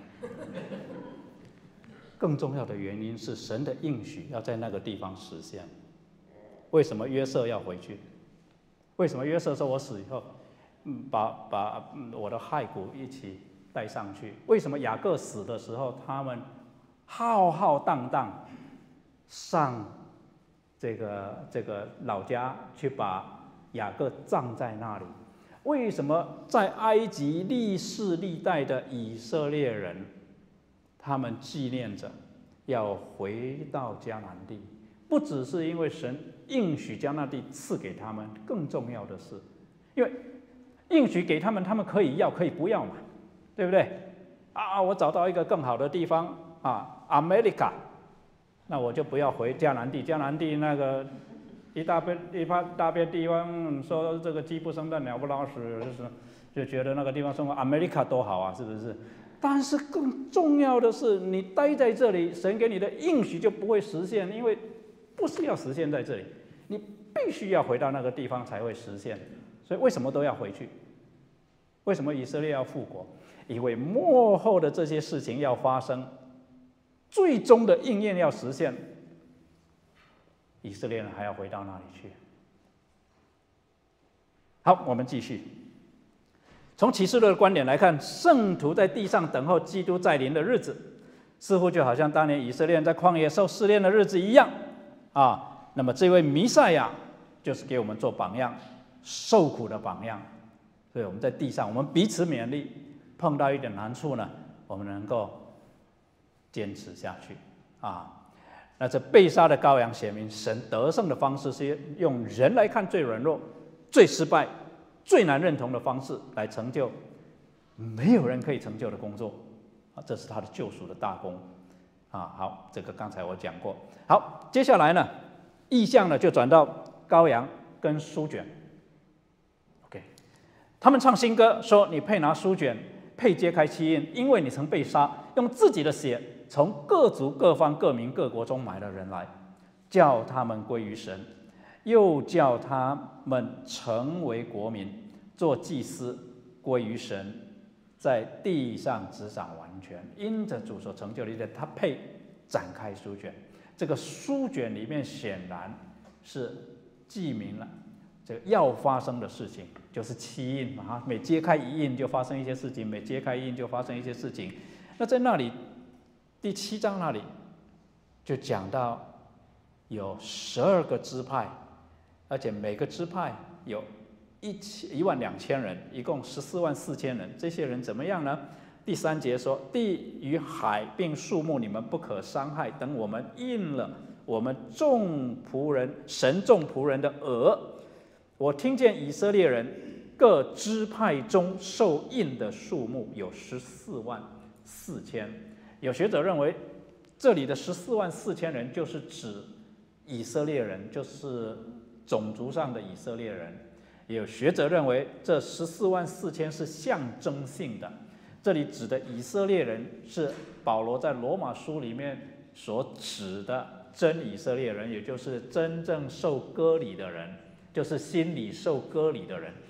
更重要的原因是，神的应许要在那个地方实现。为什么约瑟要回去？为什么约瑟说我死以后，嗯，把把我的骸骨一起带上去？为什么雅各死的时候，他们浩浩荡荡上这个这个老家去把雅各葬在那里？为什么在埃及历世历代的以色列人，他们纪念着要回到迦南地？不只是因为神应许将那地赐给他们，更重要的是，因为应许给他们，他们可以要，可以不要嘛，对不对？啊，我找到一个更好的地方啊 ，America， 那我就不要回迦南地。迦南地那个一大片一大片地方，说这个鸡不生蛋，鸟不拉屎，就是就觉得那个地方生活 America 多好啊，是不是？但是更重要的是，你待在这里，神给你的应许就不会实现，因为不是要实现在这里，你必须要回到那个地方才会实现。所以为什么都要回去？为什么以色列要复国？因为末后的这些事情要发生，最终的应验要实现，以色列人还要回到那里去。好，我们继续。从启示录的观点来看，圣徒在地上等候基督再临的日子，似乎就好像当年以色列人在旷野受试炼的日子一样啊。那么这位弥赛亚就是给我们做榜样，受苦的榜样。所以我们在地上，我们彼此勉励，碰到一点难处呢，我们能够坚持下去啊。那这被杀的羔羊显明，神得胜的方式是用人来看最软弱、最失败、最难认同的方式来成就没有人可以成就的工作啊，这是他的救赎的大功啊。好，这个刚才我讲过。好，接下来呢，意象呢就转到羔羊跟书卷。OK， 他们唱新歌说：“你配拿书卷，配揭开七印，因为你曾被杀，用自己的血从各族、各方、各民、各国中买了人来，叫他们归于神。”又叫他们成为国民，做祭司，归于神，在地上执掌完全。因着主所成就的一切，他配展开书卷。这个书卷里面显然是记明了这个要发生的事情，就是七印嘛。每揭开一印就发生一些事情，每揭开一印就发生一些事情。那在那里第七章那里就讲到有十二个支派。而且每个支派有一一万两千人，一共十四万四千人。这些人怎么样呢？第三节说：“地与海并树木，你们不可伤害。等我们印了我们众仆人神众仆人的额。”我听见以色列人各支派中受印的数目有十四万四千。有学者认为，这里的十四万四千人就是指以色列人，就是种族上的以色列人。也有学者认为，这十四万四千是象征性的，这里指的以色列人是保罗在罗马书里面所指的真以色列人，也就是真正受割礼的人，就是心里受割礼的人。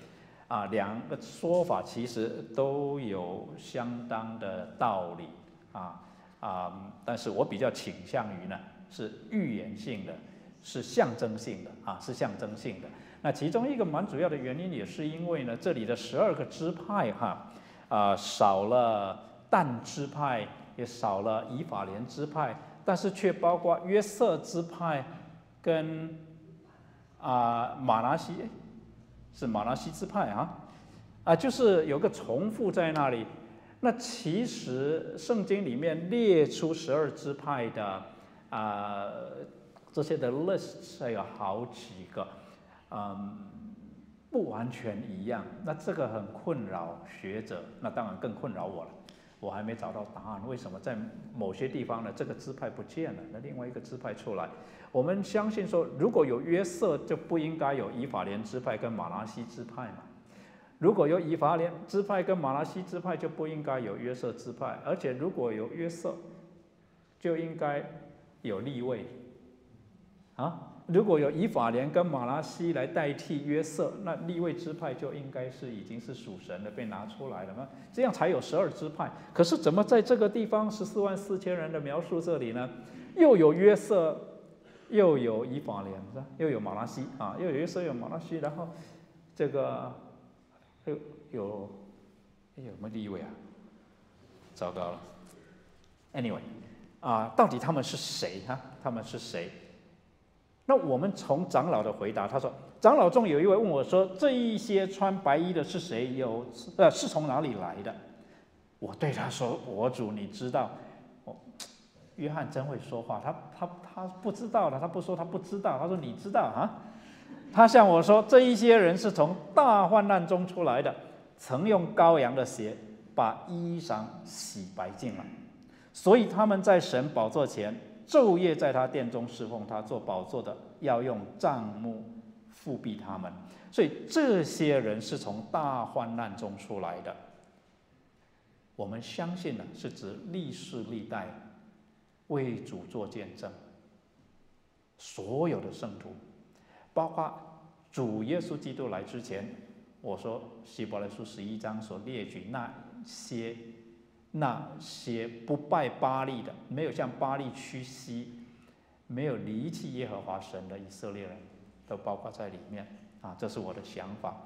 啊，两个说法其实都有相当的道理啊啊，但是我比较倾向于呢是预言性的，是象征性的啊，是象征性的。那其中一个蛮主要的原因，也是因为呢，这里的十二个支派哈，啊少了但支派，也少了以法莲支派，但是却包括约瑟支派跟啊马拿西，是马拿西支派啊，啊就是有个重复在那里。那其实圣经里面列出十二支派的啊这些的 list 还有好几个。嗯，不完全一样，那这个很困扰学者，那当然更困扰我了。我还没找到答案，为什么在某些地方呢，这个支派不见了，那另外一个支派出来？我们相信说，如果有约瑟，就不应该有以法莲支派跟马拿西支派嘛。如果有以法莲支派跟马拿西支派，就不应该有约瑟支派，而且如果有约瑟，就应该有利未，啊。如果有以法莲跟马拿西来代替约瑟，那利未支派就应该是已经是属神的，被拿出来了嘛，这样才有十二支派。可是怎么在这个地方十四万四千人的描述这里呢？又有约瑟，又有以法莲，是吧？又有马拿西啊，又有约瑟，又有马拿西，然后这个有有有没有利未啊？糟糕了。Anyway， 啊，到底他们是谁哈？他们是谁？那我们从长老的回答，他说，长老中有一位问我说，这一些穿白衣的是谁？有呃是从哪里来的？我对他说，我主你知道。哦，约翰真会说话，他他他不知道的，他不说他不知道，他说你知道啊。他向我说，这一些人是从大患难中出来的，曾用羔羊的血把衣裳洗白净了，所以他们在神宝座前昼夜在他殿中侍奉他，做宝座的要用帐幕覆庇他们。所以这些人是从大患难中出来的。我们相信呢，是指历世历代为主做见证，所有的圣徒，包括主耶稣基督来之前，我说希伯来书十一章所列举那些。那些不拜巴力的，没有向巴力屈膝，没有离弃耶和华神的以色列人，都包括在里面啊，这是我的想法。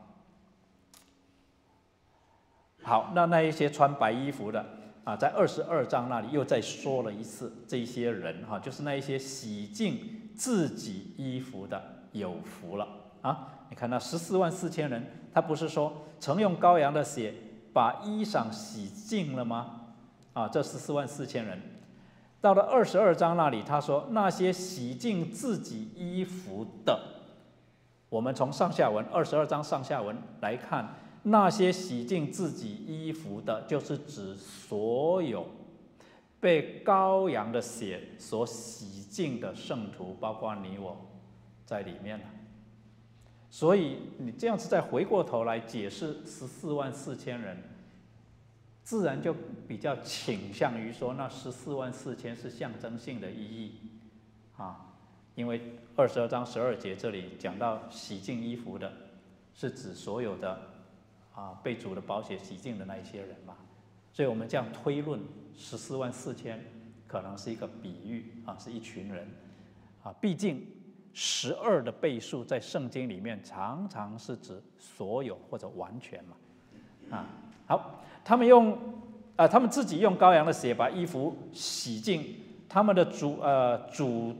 好，那那一些穿白衣服的啊，在二十二章那里又再说了一次，这些人哈、啊，就是那一些洗净自己衣服的有福了啊！你看那十四万四千人，他不是说曾用羔羊的血把衣裳洗净了吗？啊，这十四万四千人，到了二十二章那里，他说那些洗净自己衣服的，我们从上下文二十二章上下文来看，那些洗净自己衣服的，就是指所有被羔羊的血所洗净的圣徒，包括你我在里面了。所以你这样子再回过头来解释十四万四千人。自然就比较倾向于说，那十四万四千是象征性的意义，啊，因为二十二章十二节这里讲到洗净衣服的，是指所有的啊被主的宝血洗净的那一些人嘛，所以我们这样推论，十四万四千可能是一个比喻啊，是一群人啊，毕竟十二的倍数在圣经里面常常是指所有或者完全嘛，啊，好。他们用，呃，他们自己用羔羊的血把衣服洗净，他们的主，呃，主，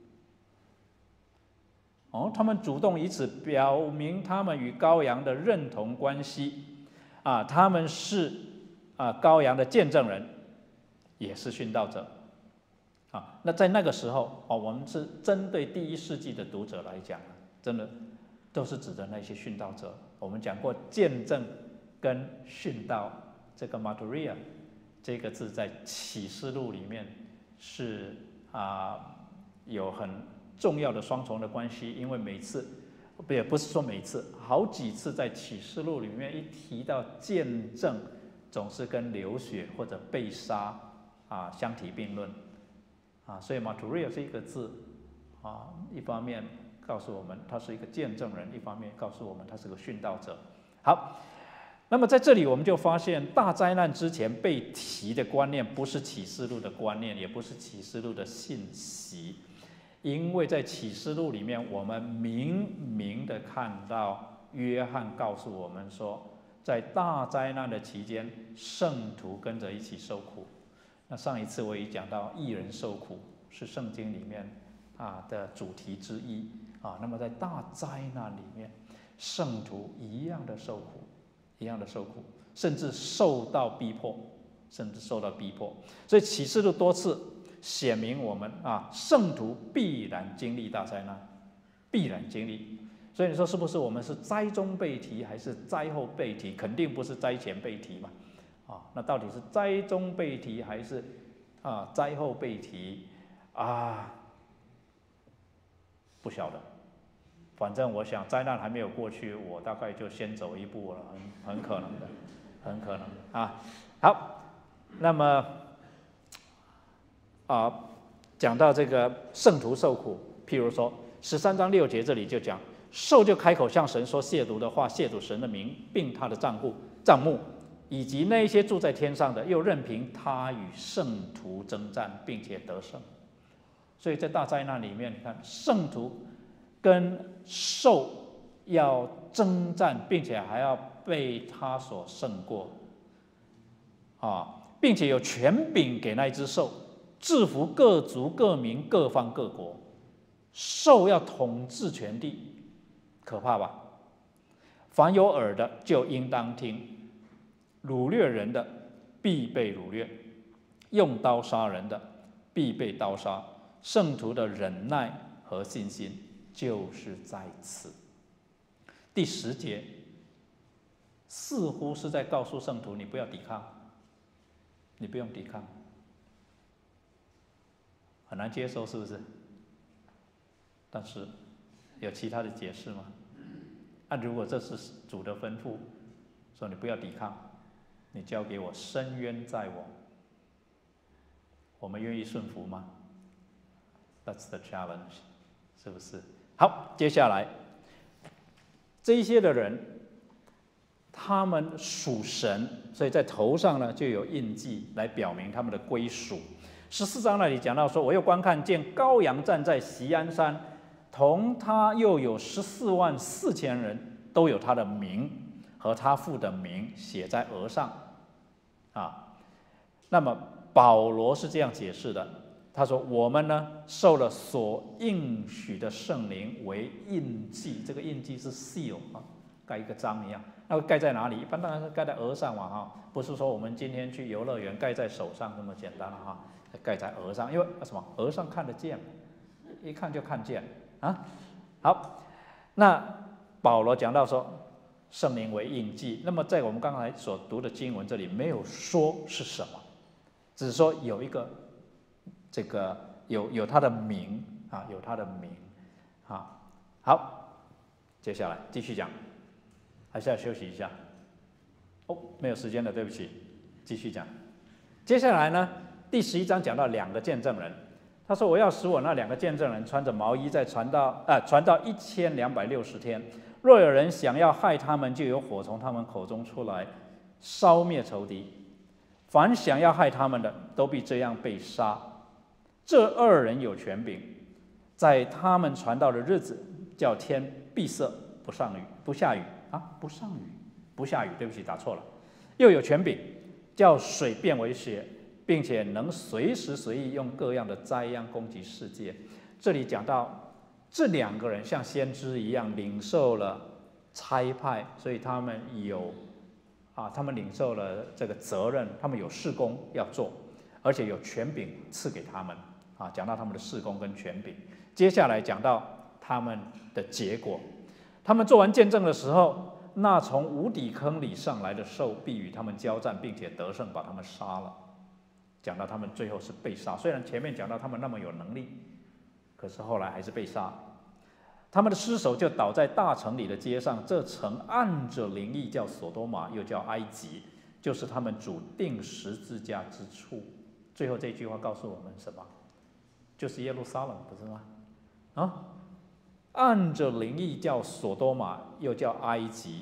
哦，他们主动以此表明他们与羔羊的认同关系，啊，他们是啊羔羊的见证人，也是殉道者，啊，那在那个时候，哦，我们是针对第一世纪的读者来讲，真的都是指的那些殉道者。我们讲过见证跟殉道。这个 martyria 这个字在启示录里面是啊、呃、有很重要的双重的关系，因为每次也不是说每次，好几次在启示录里面一提到见证，总是跟流血或者被杀啊相提并论啊，所以 martyria 这一个字啊，一方面告诉我们他是一个见证人，一方面告诉我们他是个殉道者好，那么在这里我们就发现，大灾难之前被提的观念，不是启示录的观念，也不是启示录的信息，因为在启示录里面，我们明明的看到约翰告诉我们说，在大灾难的期间，圣徒跟着一起受苦。那上一次我也讲到，义人受苦是圣经里面啊的主题之一啊。那么在大灾难里面，圣徒一样的受苦，一样的受苦，甚至受到逼迫，甚至受到逼迫。所以启示录多次显明我们啊，圣徒必然经历大灾难，必然经历。所以你说是不是我们是灾中被提，还是灾后被提？肯定不是灾前被提嘛。啊，那到底是灾中被提，还是啊灾后被提啊？不晓得。反正我想，灾难还没有过去，我大概就先走一步了，很很可能的，很可能的啊。好，那么啊，讲到这个圣徒受苦，譬如说十三章六节这里就讲，兽就开口向神说亵渎的话，亵渎神的名，并他的帐户帐幕，以及那些住在天上的，又任凭他与圣徒征战，并且得胜。所以在大灾难里面，你看圣徒跟兽要征战，并且还要被他所胜过，啊，并且有权柄给那一只兽，制服各族各民各方各国。兽要统治全地，可怕吧？凡有耳的就应当听。掳掠人的必被掳掠，用刀杀人的必被刀杀。圣徒的忍耐和信心就是在此。第十节似乎是在告诉圣徒，你不要抵抗，你不用抵抗。很难接受，是不是？但是有其他的解释吗？那、啊、如果这是主的吩咐，说你不要抵抗，你交给我，伸冤在我，我们愿意顺服吗？ That's the challenge， 是不是？好，接下来这一些的人，他们属神，所以在头上呢就有印记来表明他们的归属。十四章那里讲到说，我又观看见羔羊站在锡安山，同他又有十四万四千人，都有他的名和他父的名写在额上。啊，那么保罗是这样解释的。他说：“我们呢，受了所应许的圣灵为印记，这个印记是 seal 啊，盖一个章一样。那盖在哪里？一般当然是盖在额上嘛，哈，不是说我们今天去游乐园盖在手上那么简单了哈，盖在额上，因为什么？额上看得见，一看就看见啊。好，那保罗讲到说，圣灵为印记，那么在我们刚才所读的经文这里没有说是什么，只是说有一个。”这个有有他的名啊，有他的名啊。好，接下来继续讲，还是要休息一下。哦，没有时间了，对不起，继续讲。接下来呢，第十一章讲到两个见证人，他说：“我要使我那两个见证人穿着毛衣，再传到啊、呃、传到一千两百六十天。若有人想要害他们，就有火从他们口中出来，烧灭仇敌。凡想要害他们的，都必这样被杀。”这二人有权柄，在他们传道的日子，叫天闭塞，不上雨，不下雨啊，不上雨，不下雨，对不起，打错了。又有权柄，叫水变为血，并且能随时随地用各样的灾殃攻击世界。这里讲到这两个人像先知一样，领受了差派，所以他们有啊，他们领受了这个责任，他们有事工要做，而且有权柄赐给他们。啊，讲到他们的事工跟权柄，接下来讲到他们的结果。他们做完见证的时候，那从无底坑里上来的兽必与他们交战，并且得胜，把他们杀了。讲到他们最后是被杀，虽然前面讲到他们那么有能力，可是后来还是被杀。他们的尸首就倒在大城里的街上，这城按着灵意叫所多玛，又叫埃及，就是他们主钉十字架之处。最后这句话告诉我们什么？就是耶路撒冷，不是吗？啊，按着灵意叫所多玛，又叫埃及，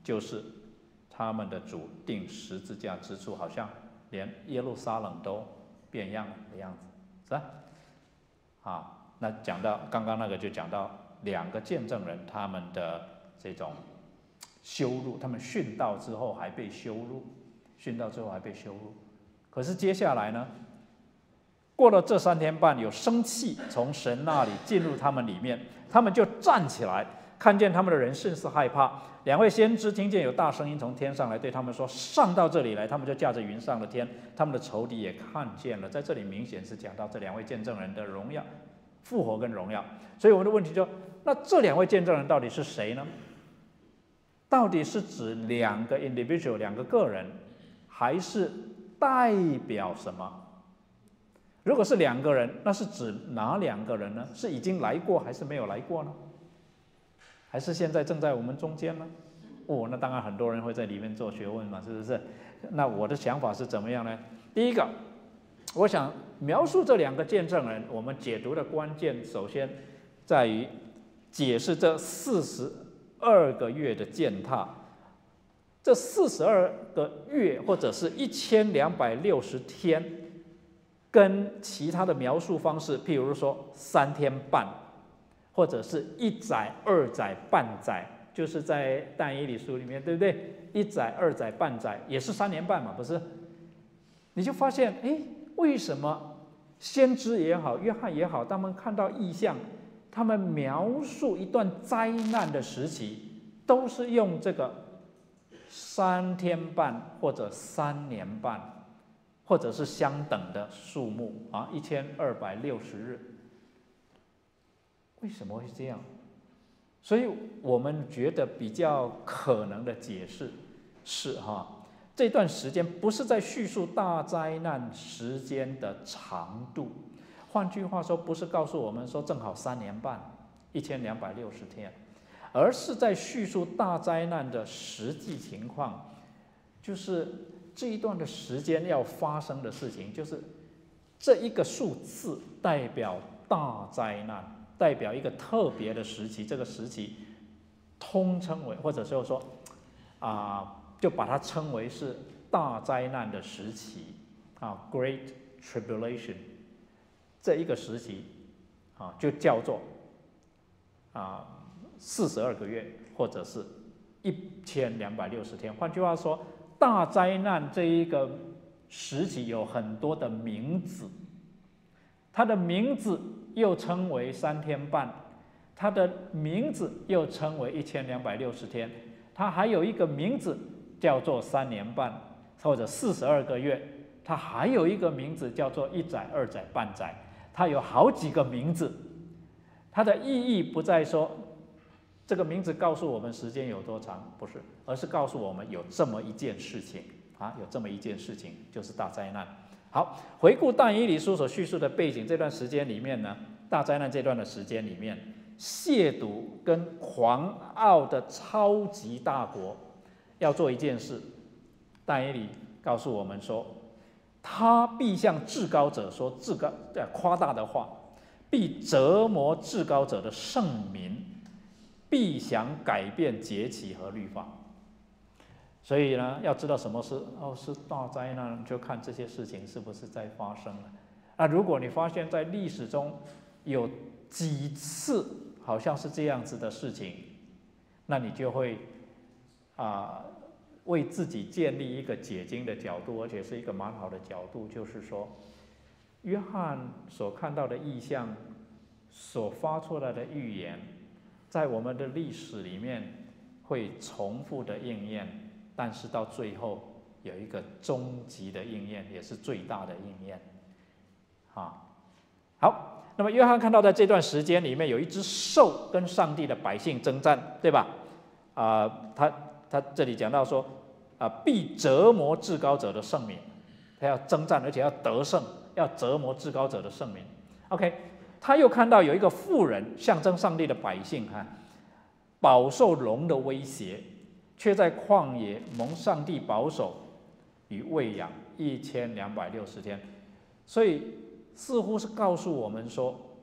就是他们的主钉十字架之处，好像连耶路撒冷都变样了的样子，是吧？啊，那讲到刚刚那个就讲到两个见证人他们的这种羞辱，他们殉道之后还被羞辱，殉道之后还被羞辱。可是接下来呢，过了这三天半，有生气从神那里进入他们里面，他们就站起来，看见他们的人甚是害怕。两位先知听见有大声音从天上来，对他们说：“上到这里来。”他们就驾着云上了天，他们的仇敌也看见了。在这里明显是讲到这两位见证人的荣耀、复活跟荣耀。所以我们的问题就：那这两位见证人到底是谁呢？到底是指两个 individual 两个个人，还是代表什么？如果是两个人，那是指哪两个人呢？是已经来过还是没有来过呢？还是现在正在我们中间呢？哦，那当然很多人会在里面做学问嘛，是不是？那我的想法是怎么样呢？第一个，我想描述这两个见证人，我们解读的关键首先在于解释这四十二个月的践踏。这四十二个月或者是一千两百六十天，跟其他的描述方式，譬如说三天半，或者是一载、二载、半载，就是在但以理书里面，对不对？一载、二载、半载，也是三年半嘛，不是？你就发现，哎，为什么先知也好，约翰也好，他们看到异象，他们描述一段灾难的时期，都是用这个三天半或者三年半，或者是相等的数目啊，一千二百六十日。为什么会这样？所以我们觉得比较可能的解释是哈，这段时间不是在叙述大灾难时间的长度，换句话说，不是告诉我们说正好三年半，一千两百六十天，而是在叙述大灾难的实际情况，就是这一段的时间要发生的事情，就是这一个数字代表大灾难。代表一个特别的时期，这个时期通称为，或者是说，啊、呃，就把它称为是大灾难的时期啊 ，Great Tribulation， 这一个时期啊，就叫做啊四十二个月，或者是一千两百六十天。换句话说，大灾难这一个时期有很多的名字，它的名字又称为三天半，它的名字又称为一千两百六十天，它还有一个名字叫做三年半或者四十二个月，它还有一个名字叫做一载、二载、半载，它有好几个名字。它的意义不在说这个名字告诉我们时间有多长，不是，而是告诉我们有这么一件事情啊，有这么一件事情就是大灾难。好，回顾但以理书所叙述的背景，这段时间里面呢，大灾难这段的时间里面，亵渎跟狂傲的超级大国要做一件事。但以理告诉我们说，他必向至高者说至高夸大的话，必折磨至高者的圣民，必想改变节期和律法。所以呢，要知道什么是哦是大灾难，就看这些事情是不是在发生了。那如果你发现在历史中有几次好像是这样子的事情，那你就会啊、呃、为自己建立一个解经的角度，而且是一个蛮好的角度，就是说，约翰所看到的异象，所发出来的预言，在我们的历史里面会重复的应验。但是到最后有一个终极的应验，也是最大的应验，啊，好，那么约翰看到在这段时间里面有一只兽跟上帝的百姓征战，对吧？啊、呃，他他这里讲到说，啊、呃，必折磨至高者的圣民，他要征战，而且要得胜，要折磨至高者的圣民。OK， 他又看到有一个妇人，象征上帝的百姓，哈，饱受龙的威胁。却在旷野蒙上帝保守与喂养一千两百六十天，所以似乎是告诉我们说，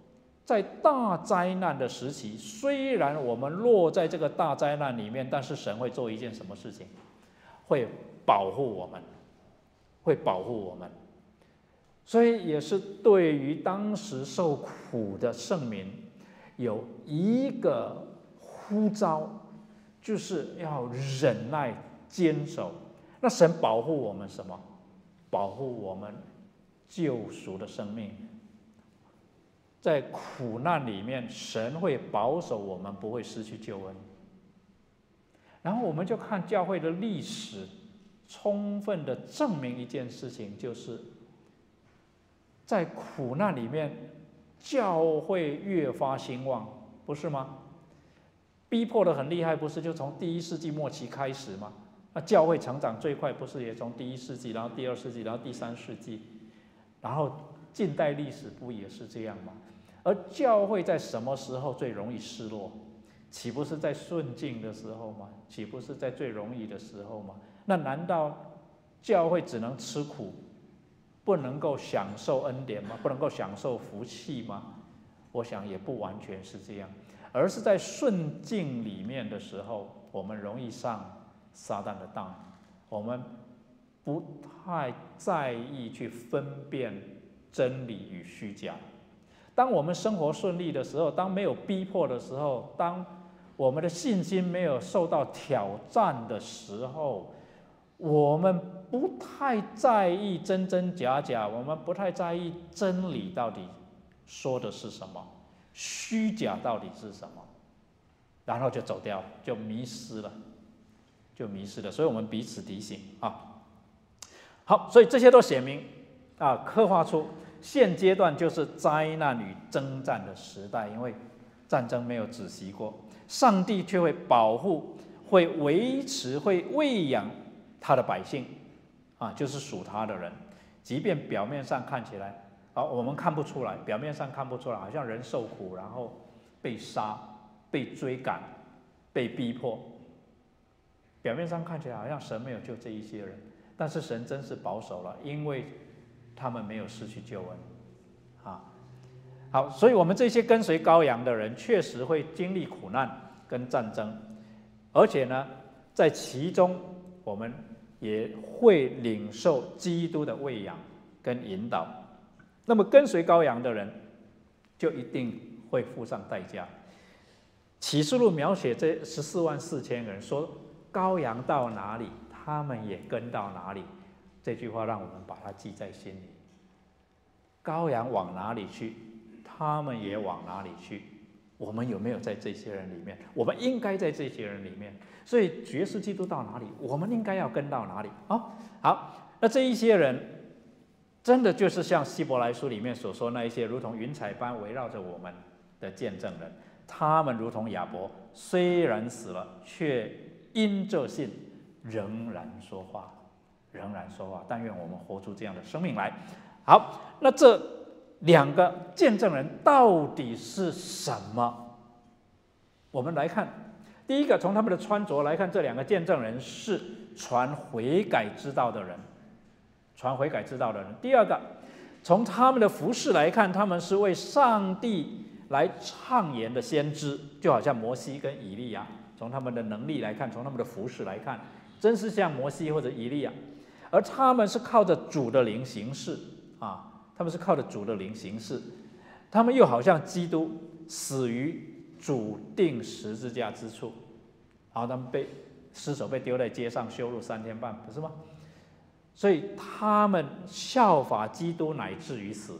在大灾难的时期，虽然我们落在这个大灾难里面，但是神会做一件什么事情？会保护我们，会保护我们。所以也是对于当时受苦的圣民，有一个呼召，就是要忍耐坚守。那神保护我们什么？保护我们救赎的生命。在苦难里面，神会保守我们不会失去救恩。然后我们就看教会的历史，充分的证明一件事情，就是在苦难里面，教会越发兴旺，不是吗？逼迫的很厉害，不是就从第一世纪末期开始吗？那教会成长最快，不是也从第一世纪，然后第二世纪，然后第三世纪，然后近代历史不也是这样吗？而教会在什么时候最容易失落？岂不是在顺境的时候吗？岂不是在最容易的时候吗？那难道教会只能吃苦，不能够享受恩典吗？不能够享受福气吗？我想也不完全是这样，而是在顺境里面的时候，我们容易上撒旦的当，我们不太在意去分辨真理与虚假。当我们生活顺利的时候，当没有逼迫的时候，当我们的信心没有受到挑战的时候，我们不太在意真真假假，我们不太在意真理到底说的是什么，虚假到底是什么，然后就走掉，就迷失了，就迷失了。所以我们彼此提醒啊。好，所以这些都写明啊，刻画出现阶段就是灾难与征战的时代，因为战争没有止息过，上帝却会保护、会维持、会喂养他的百姓，啊，就是属他的人。即便表面上看起来，啊，我们看不出来，表面上看不出来，好像人受苦，然后被杀、被追赶、被逼迫，表面上看起来好像神没有救这一些人，但是神真是保守了，因为他们没有失去救恩，啊，好，所以我们这些跟随羔羊的人，确实会经历苦难跟战争，而且呢，在其中我们也会领受基督的喂养跟引导。那么跟随羔羊的人，就一定会付上代价。启示录描写这十四万四千人，说羔羊到哪里，他们也跟到哪里。这句话让我们把它记在心里。羔羊往哪里去，他们也往哪里去。我们有没有在这些人里面？我们应该在这些人里面。所以主耶稣基督到哪里，我们应该要跟到哪里。哦，好，那这一些人，真的就是像希伯来书里面所说那一些如同云彩般围绕着我们的见证人，他们如同亚伯，虽然死了，却因这信仍然说话，仍然说话。但愿我们活出这样的生命来。好，那这两个见证人到底是什么？我们来看，第一个，从他们的穿着来看，这两个见证人是传悔改之道的人，传悔改之道的人。第二个，从他们的服事来看，他们是为上帝来唱言的先知，就好像摩西跟以利亚。从他们的能力来看，从他们的服事来看，真是像摩西或者以利亚。而他们是靠着主的灵行事啊，他们是靠着主的灵行事，他们又好像基督死于主钉十字架之处，然后他们被尸首被丢在街上羞辱三天半，不是吗？所以他们效法基督乃至于死，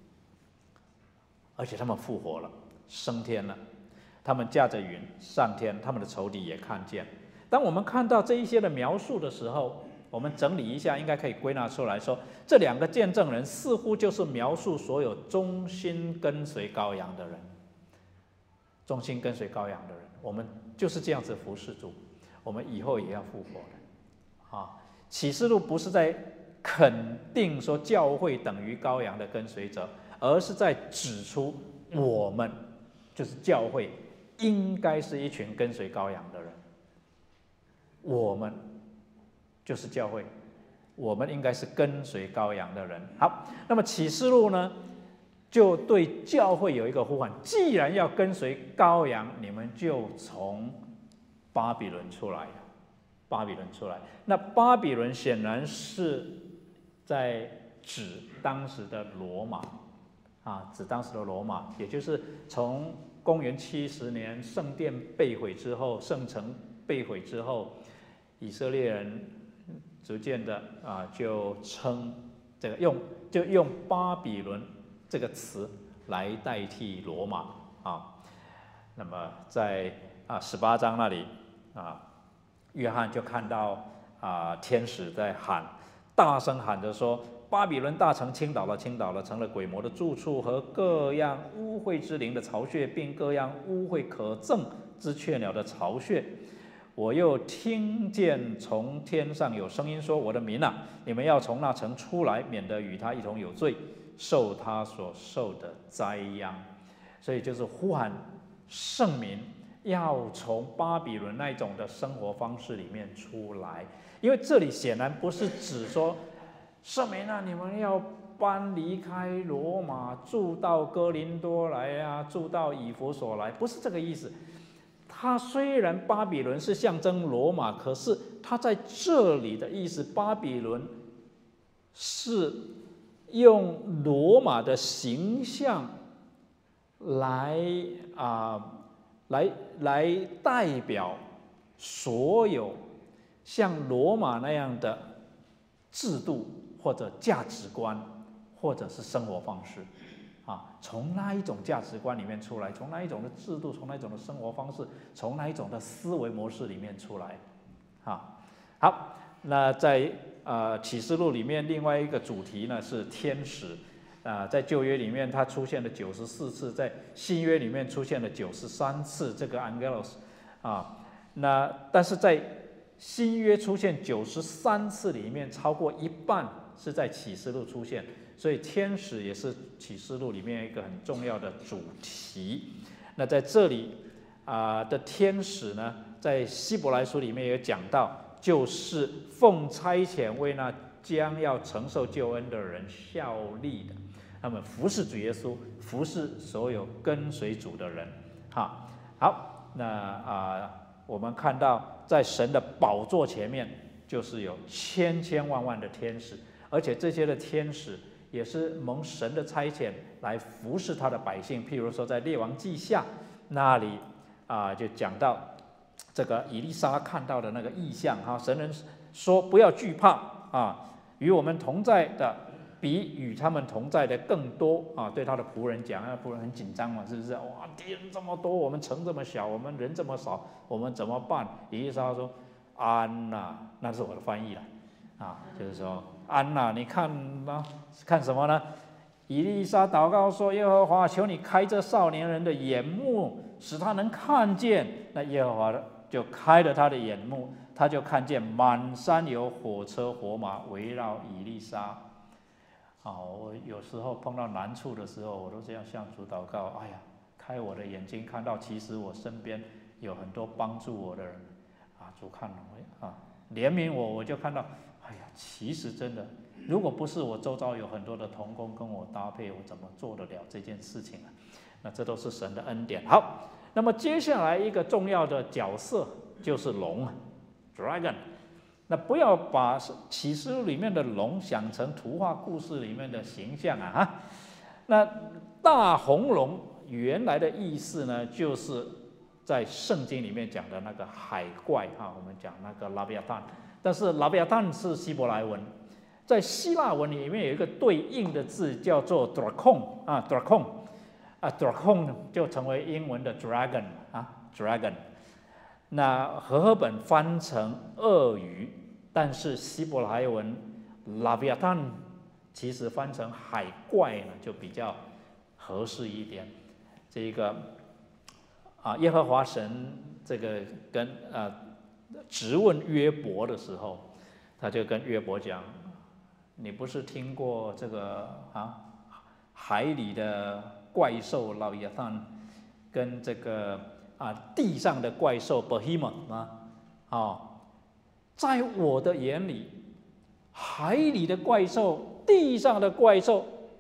而且他们复活了，升天了，他们驾着云上天，他们的仇敌也看见。当我们看到这一些的描述的时候，我们整理一下，应该可以归纳出来说，这两个见证人似乎就是描述所有忠心跟随羔羊的人，忠心跟随羔羊的人，我们就是这样子服侍主，我们以后也要复活的。啊，启示录不是在肯定说教会等于羔羊的跟随者，而是在指出我们就是教会，应该是一群跟随羔羊的人。我们就是教会，我们应该是跟随羔羊的人。好，那么启示录呢， 就对教会有一个呼唤：既然要跟随羔羊，你们就从巴比伦出来。巴比伦出来，那巴比伦显然是在指当时的罗马啊，指当时的罗马，也就是从公元七十年圣殿被毁之后，圣城被毁之后，以色列人逐渐的啊，就称这个用就用巴比伦这个词来代替罗马啊。那么在啊十八章那里啊。约翰就看到啊、呃，天使在喊，大声喊着说：“巴比伦大城倾倒了，倾倒了，成了鬼魔的住处和各样污秽之灵的巢穴，并各样污秽可憎之雀鸟的巢穴。”我又听见从天上有声音说：“我的民啊，你们要从那城出来，免得与他一同有罪，受他所受的灾殃。”所以就是呼喊圣民。要从巴比伦那种的生活方式里面出来，因为这里显然不是指说，圣民啊，你们要搬离开罗马，住到哥林多来啊，住到以弗所来，不是这个意思。它虽然巴比伦是象征罗马，可是它在这里的意思，巴比伦是用罗马的形象来啊。呃来来代表所有像罗马那样的制度或者价值观，或者是生活方式，啊，从那一种价值观里面出来，从那一种的制度，从那一种的生活方式，从那一种的思维模式里面出来，啊，好，那在呃启示录里面另外一个主题呢是天使。啊，在旧约里面，它出现了九十四次，在新约里面出现了九十三次。这个 angelos， 啊，那但是在新约出现九十三次里面，超过一半是在启示录出现，所以天使也是启示录里面一个很重要的主题。那在这里啊、呃、的天使呢，在希伯来书里面也讲到，就是奉差遣为那将要承受救恩的人效力的。他们服侍主耶稣，服侍所有跟随主的人。哈，好，那啊、呃，我们看到在神的宝座前面，就是有千千万万的天使，而且这些的天使也是蒙神的差遣来服侍他的百姓。譬如说，在列王记下那里啊、呃，就讲到这个以利沙看到的那个异象。哈，神人说：“不要惧怕啊，与我们同在的。”比与他们同在的更多啊！对他的仆人讲，那仆人很紧张嘛，是不是？哇，敌人这么多，我们城这么小，我们人这么少，我们怎么办？以利沙说：“安呐，那是我的翻译了啊，就是说安呐，你看啊，看什么呢？”以利沙祷告说：“耶和华，求你开这少年人的眼目，使他能看见。”那耶和华就开了他的眼目，他就看见满山有火车火马围绕以利沙。啊，我有时候碰到难处的时候，我都这样向主祷告：哎呀，开我的眼睛，看到其实我身边有很多帮助我的人。啊，主看我啊，怜悯我，我就看到，哎呀，其实真的，如果不是我周遭有很多的同工跟我搭配，我怎么做得了这件事情啊？那这都是神的恩典。好，那么接下来一个重要的角色就是龙 ，dragon。那不要把启示录里面的龙想成图画故事里面的形象啊！哈，那大红龙原来的意思呢，就是在圣经里面讲的那个海怪哈，我们讲那个拉比亚坦，但是拉比亚坦是希伯来文，在希腊文里面有一个对应的字叫做 drakon 啊 drakon 啊 drakon 就成为英文的 dragon 啊 dragon。那和合本翻成鳄鱼，但是希伯来文 Leviathan 其实翻成海怪呢，就比较合适一点。这个啊，耶和华神这个跟呃质问约伯的时候，他就跟约伯讲：“你不是听过这个啊海里的怪兽 Leviathan 跟这个？”啊，地上的怪兽 Behemoth 吗？啊，在我的眼里，海里的怪兽、地上的怪兽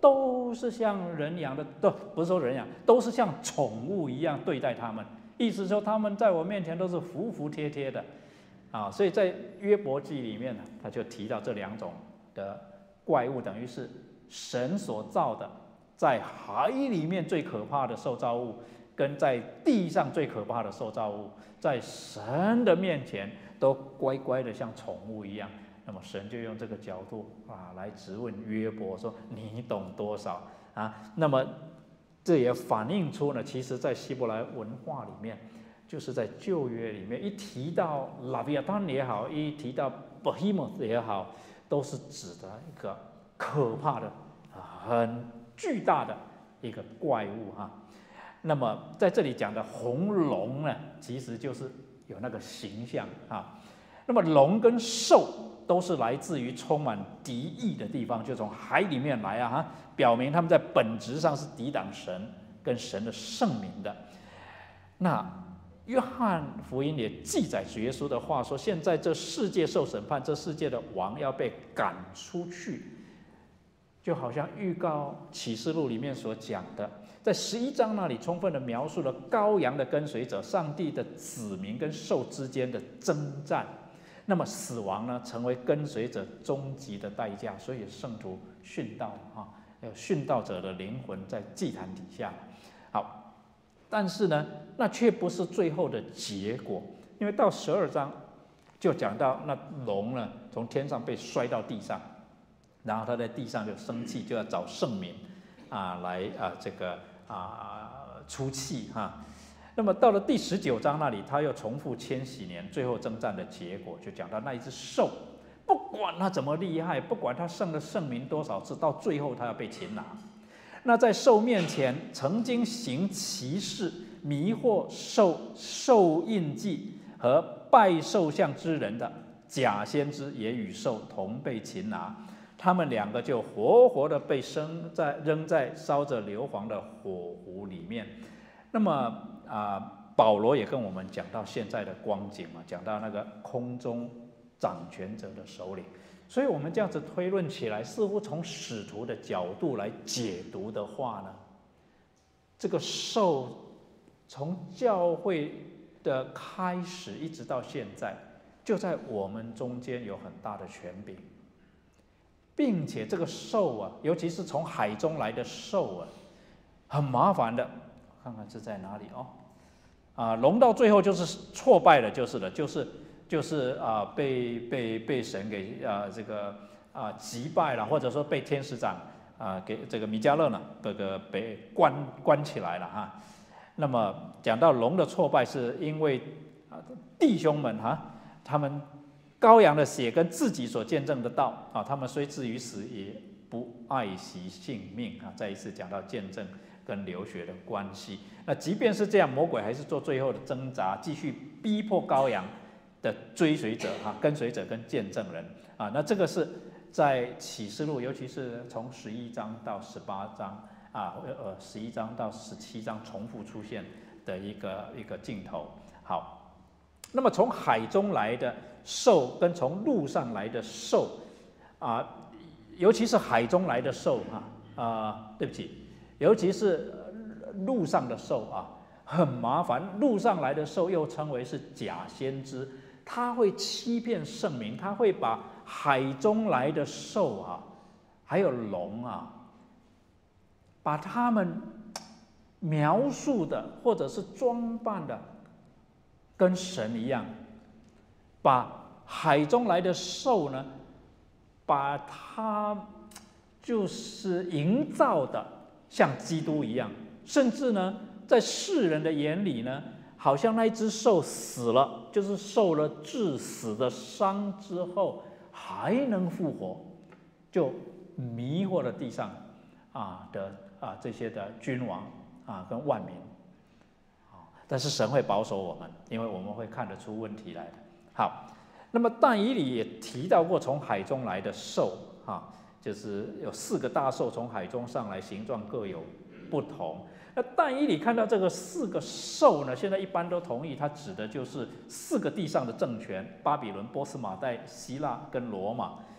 都是像人养的，都不是说人养，都是像宠物一样对待他们。意思说他们在我面前都是服服帖帖的，啊，所以在约伯记里面呢，他就提到这两种的怪物，等于是神所造的，在海里面最可怕的受造物，跟在地上最可怕的受造物，在神的面前都乖乖的像宠物一样。那么神就用这个角度啊来质问约伯说：“你懂多少啊？”那么这也反映出呢，其实在希伯来文化里面，就是在旧约里面，一提到拉比亚坦也好，一提到 Behemoth 也好，都是指的一个可怕的、很巨大的一个怪物哈。那么在这里讲的红龙呢，其实就是有那个形象啊。那么龙跟兽都是来自于充满敌意的地方，就从海里面来啊哈，表明他们在本质上是抵挡神跟神的圣名的。那约翰福音也记载主耶稣的话说：“现在这世界受审判，这世界的王要被赶出去。”就好像预告启示录里面所讲的，在十一章那里充分的描述了羔羊的跟随者、上帝的子民跟兽之间的征战。那么死亡呢，成为跟随者终极的代价，所以圣徒殉道啊，有殉道者的灵魂在祭坛底下。好，但是呢，那却不是最后的结果，因为到十二章就讲到那龙呢，从天上被摔到地上，然后他在地上就生气，就要找圣民啊来啊这个啊出气哈。啊那么到了第十九章那里，他又重复千禧年最后征战的结果，就讲到那一只兽，不管他怎么厉害，不管他胜了圣民多少次，到最后他要被擒拿。那在兽面前曾经行奇事、迷惑兽兽印记和拜兽像之人的假先知，也与兽同被擒拿。他们两个就活活的被扔在扔在烧着硫磺的火湖里面。那么啊，保罗也跟我们讲到现在的光景嘛，讲到那个空中掌权者的首领。所以我们这样子推论起来，似乎从使徒的角度来解读的话呢，这个兽从教会的开始一直到现在，就在我们中间有很大的权柄，并且这个兽啊，尤其是从海中来的兽啊，很麻烦的。看看是在哪里哦，啊，龙到最后就是挫败了，就是了，就是就是啊，被被被神给啊这个啊击败了，或者说被天使长啊给这个米迦勒呢这个被关关起来了哈。那么讲到龙的挫败，是因为啊弟兄们哈、啊，他们羔羊的血跟自己所见证的道啊，他们虽至于死，也不爱惜性命啊。再一次讲到见证跟流血的关系，那即便是这样，魔鬼还是做最后的挣扎，继续逼迫羔羊的追随者、哈跟随者跟见证人啊。那这个是在启示录，尤其是从十一章到十八章啊，呃，十一章到十七章重复出现的一个一个镜头。好，那么从海中来的兽跟从陆上来的兽啊，尤其是海中来的兽啊啊，对不起。尤其是陆上的兽啊，很麻烦。陆上来的兽又称为是假先知，他会欺骗圣民，他会把海中来的兽啊，还有龙啊，把他们描述的或者是装扮的跟神一样，把海中来的兽呢，把它就是营造的像基督一样，甚至呢，在世人的眼里呢，好像那一只兽死了，就是受了致死的伤之后还能复活，就迷惑了地上啊的啊这些的君王啊跟万民。但是神会保守我们，因为我们会看得出问题来的。好，那么但以理也提到过从海中来的兽啊。就是有四个大兽从海中上来，形状各有不同。那但以理看到这个四个兽呢，现在一般都同意，它指的就是四个地上的政权：巴比伦、波斯、马代、希腊跟罗马。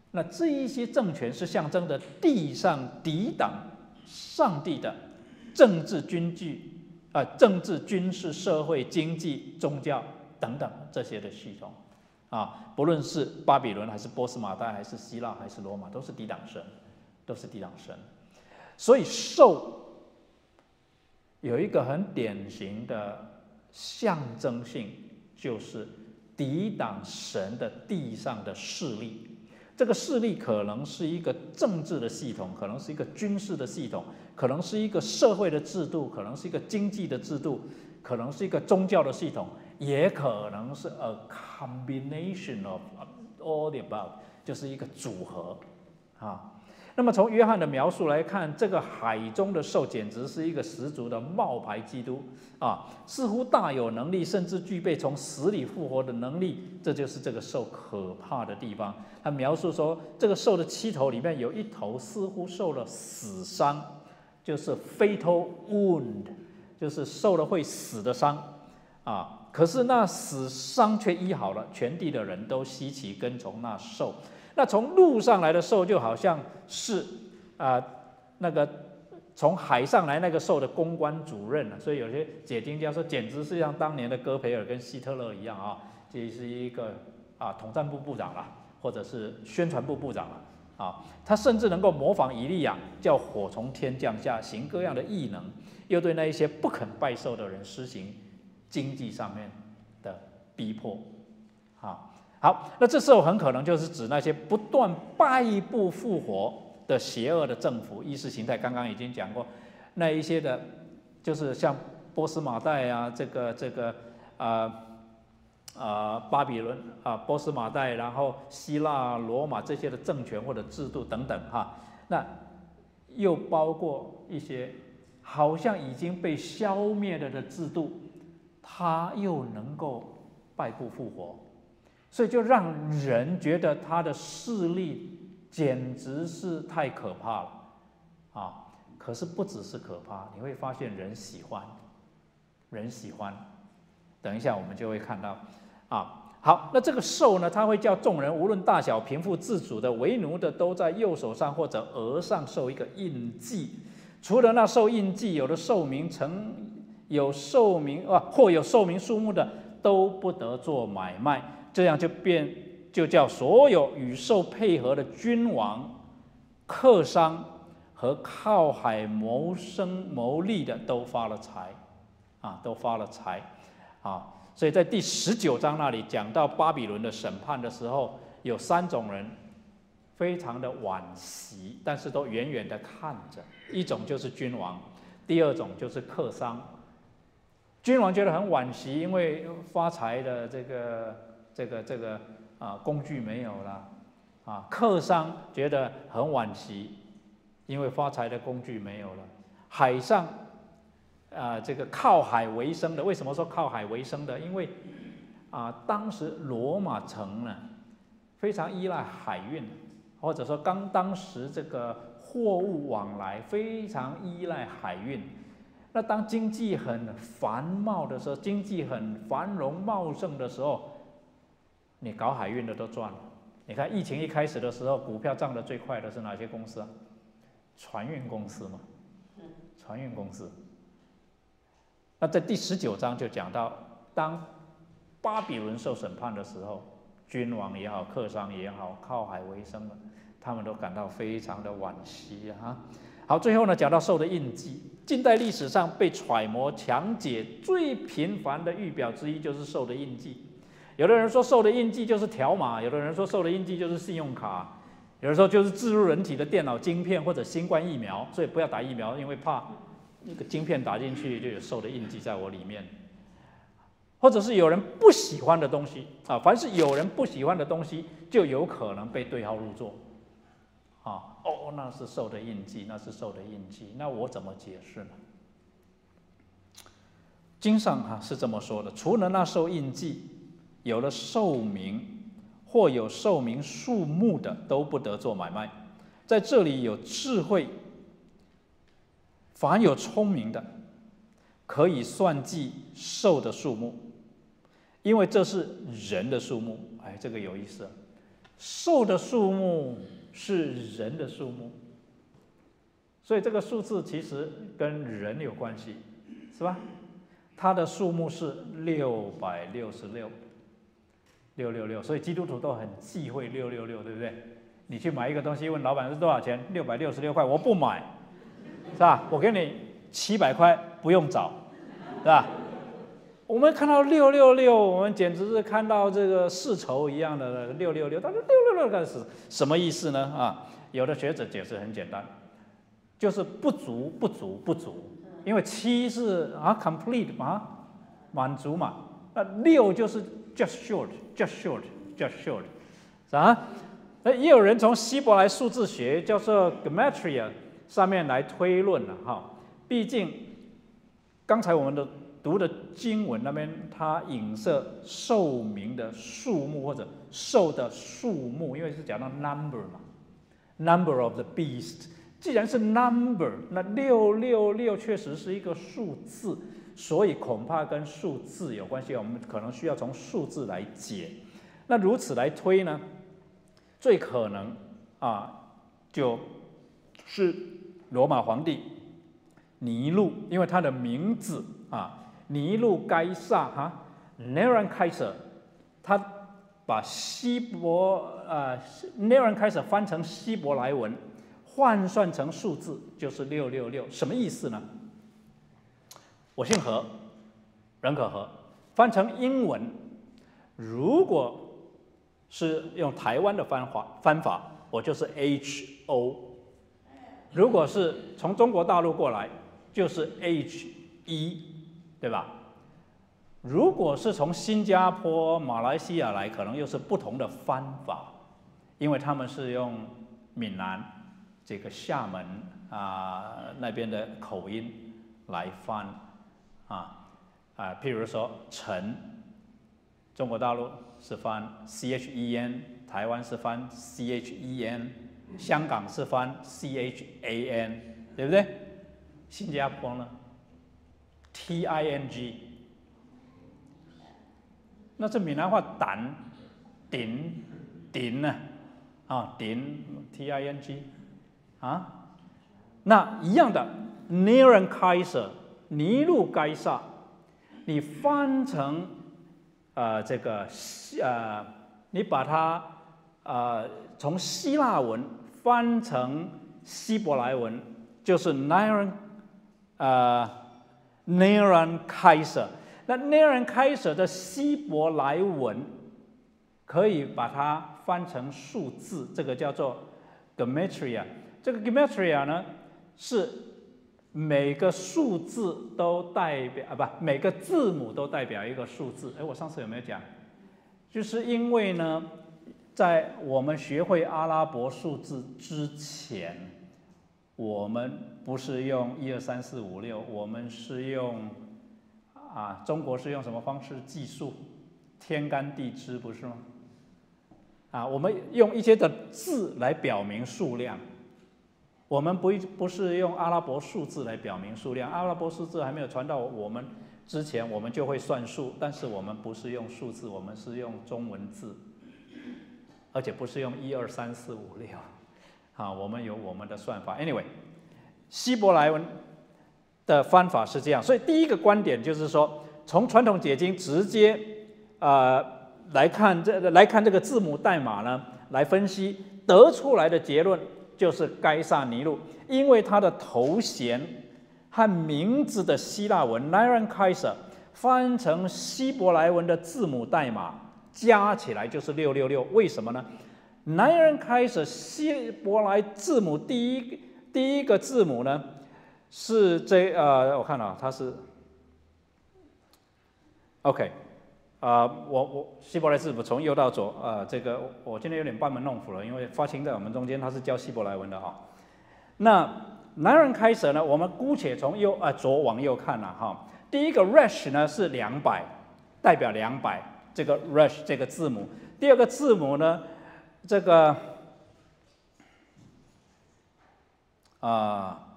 那这一些政权是象征着地上抵挡上帝的政治、军剧啊、呃，政治、军事、社会、经济、宗教等等这些的系统啊，不论是巴比伦还是波斯马代还是希腊还是罗马，都是抵挡神，都是抵挡神。所以兽有一个很典型的象征性，就是抵挡神的地上的势力。这个势力可能是一个政治的系统，可能是一个军事的系统，可能是一个社会的制度，可能是一个经济的制度，可能是一个宗教的系统，也可能是 a combination of all the above， 就是一个组合啊。那么从约翰的描述来看，这个海中的兽简直是一个十足的冒牌基督啊，似乎大有能力，甚至具备从死里复活的能力。这就是这个兽可怕的地方。他描述说，这个兽的七头里面有一头似乎受了死伤，就是 fatal wound， 就是受了会死的伤啊。可是那死伤却医好了，全地的人都稀奇跟从那兽。那从陆上来的兽就好像是啊、呃、那个从海上来那个兽的公关主任，所以有些解经家说，简直是像当年的戈培尔跟希特勒一样啊，这是一个啊统战部部长啦，或者是宣传部部长啦啊，他甚至能够模仿以利亚，叫火从天降下，行各样的异能，又对那一些不肯拜兽的人施行经济上面的逼迫啊。好，那这时候很可能就是指那些不断败部复活的邪恶的政府意识形态。刚刚已经讲过，那一些的，就是像波斯马代啊，这个这个啊啊、呃、巴比伦啊、波斯马代，然后希腊、罗马这些的政权或者制度等等哈，那又包括一些好像已经被消灭了的制度，它又能够败部复活。所以就让人觉得他的势力简直是太可怕了啊！可是不只是可怕，你会发现人喜欢，人喜欢。等一下我们就会看到啊。好，那这个兽呢，它会叫众人无论大小、贫富、自主的、为奴的，都在右手上或者额上受一个印记。除了那受印记，有的寿名曾有寿名啊，或有寿名数目的，都不得做买卖。这样就变就叫所有与兽配合的君王、客商和靠海谋生谋利的都发了财，啊，都发了财，啊，所以在第十九章那里讲到巴比伦的审判的时候，有三种人非常的惋惜，但是都远远的看着。一种就是君王，第二种就是客商。君王觉得很惋惜，因为发财的这个。这个这个啊工具没有了啊，客商觉得很惋惜，因为发财的工具没有了。海上啊这个靠海为生的，为什么说靠海为生的？因为啊当时罗马城呢非常依赖海运，或者说刚当时这个货物往来非常依赖海运。那当经济很繁茂的时候，经济很繁荣茂盛的时候，你搞海运的都赚了。你看疫情一开始的时候，股票涨得最快的是哪些公司啊？船运公司嘛，船运公司。那在第十九章就讲到，当巴比伦受审判的时候，君王也好，客商也好，靠海为生的，他们都感到非常的惋惜啊。好，最后呢，讲到兽的印记，近代历史上被揣摩强解最频繁的预表之一就是兽的印记。有的人说兽的印记就是条码，有的人说兽的印记就是信用卡，有的时候就是置入人体的电脑晶片或者新冠疫苗，所以不要打疫苗，因为怕那个晶片打进去就有兽的印记在我里面。或者是有人不喜欢的东西啊，凡是有人不喜欢的东西，就有可能被对号入座啊。哦，那是兽的印记，那是兽的印记，那我怎么解释呢？经上啊是这么说的：除了那兽印记，有了寿名或有寿名数目的，都不得做买卖。在这里有智慧，凡有聪明的，可以算计兽的数目，因为这是人的数目。哎，这个有意思了。 兽的数目是人的数目，所以这个数字其实跟人有关系，是吧？它的数目是六百六十六，六六六，所以基督徒都很忌讳六六六，对不对？你去买一个东西，问老板是多少钱？六百六十六块，我不买，是吧？我给你七百块，不用找，是吧？我们看到六六六，我们简直是看到这个世仇一样的六六六。但是六六六是什么意思呢？啊，有的学者解释很简单，就是不足、不足、不足。因为七是啊 complete 嘛，满足嘛。那六就是 just short、just short、just short， 啊？那也有人从希伯来数字学叫做 gematria 上面来推论了哈。毕竟刚才我们的读的经文那边，它影射寿命的数目或者兽的数目，因为是讲到 number 嘛 ，number of the beast。既然是 number， 那六六六确实是一个数字，所以恐怕跟数字有关系。我们可能需要从数字来解。那如此来推呢，最可能啊，就是罗马皇帝尼禄，因为他的名字啊。尼禄该撒哈 ，Neron Kaiser， 他把希伯呃 Neron Kaiser 翻成希伯来文，换算成数字就是六六六，什么意思呢？我姓何，人可和，翻成英文，如果是用台湾的翻法翻法，我就是 H O； 如果是从中国大陆过来，就是 H E。对吧？如果是从新加坡、马来西亚来，可能又是不同的翻法，因为他们是用闽南、这个厦门啊、呃、那边的口音来翻啊啊、呃，譬如说陈，中国大陆是翻 C H E N， 台湾是翻 C H E N， 香港是翻 C H A N， 对不对？新加坡呢？ T I N G， 那这闽南话胆、顶、顶呢？啊，顶 T I N G， 啊，那一样的 Neron Kaiser 尼禄该撒，你翻成呃这个呃，你把它呃从希腊文翻成希伯来文，就是 Neron 呃。Neron Kaiser， 那 Neron Kaiser 的希伯来文可以把它翻成数字，这个叫做 gematria。这个 gematria 呢，是每个数字都代表啊，不，每个字母都代表一个数字。哎，我上次有没有讲？就是因为呢，在我们学会阿拉伯数字之前，我们不是用一二三四五六，我们是用啊，中国是用什么方式计数？天干地支不是吗？啊，我们用一些的字来表明数量，我们不不是用阿拉伯数字来表明数量。阿拉伯数字还没有传到我们之前，我们就会算数，但是我们不是用数字，我们是用中文字，而且不是用一二三四五六。啊，我们有我们的算法。Anyway， 希伯来文的翻法是这样，所以第一个观点就是说，从传统解经直接呃来看这来看这个字母代码呢，来分析得出来的结论就是该撒尼禄，因为他的头衔和名字的希腊文 Neron Kaiser 翻成希伯来文的字母代码加起来就是六六六，为什么呢？Neron Kaiser 希伯来字母第一第一个字母呢是这呃，我看啊，它是 OK 啊、呃，我我希伯来字母从右到左啊、呃，这个我今天有点班门弄斧了，因为发青在我们中间他是教希伯来文的哈。那 Neron Kaiser 呢，我们姑且从右啊、呃、左往右看了哈。第一个 Resh 呢是两百，代表两百这个 Resh 这个字母。第二个字母呢？这个啊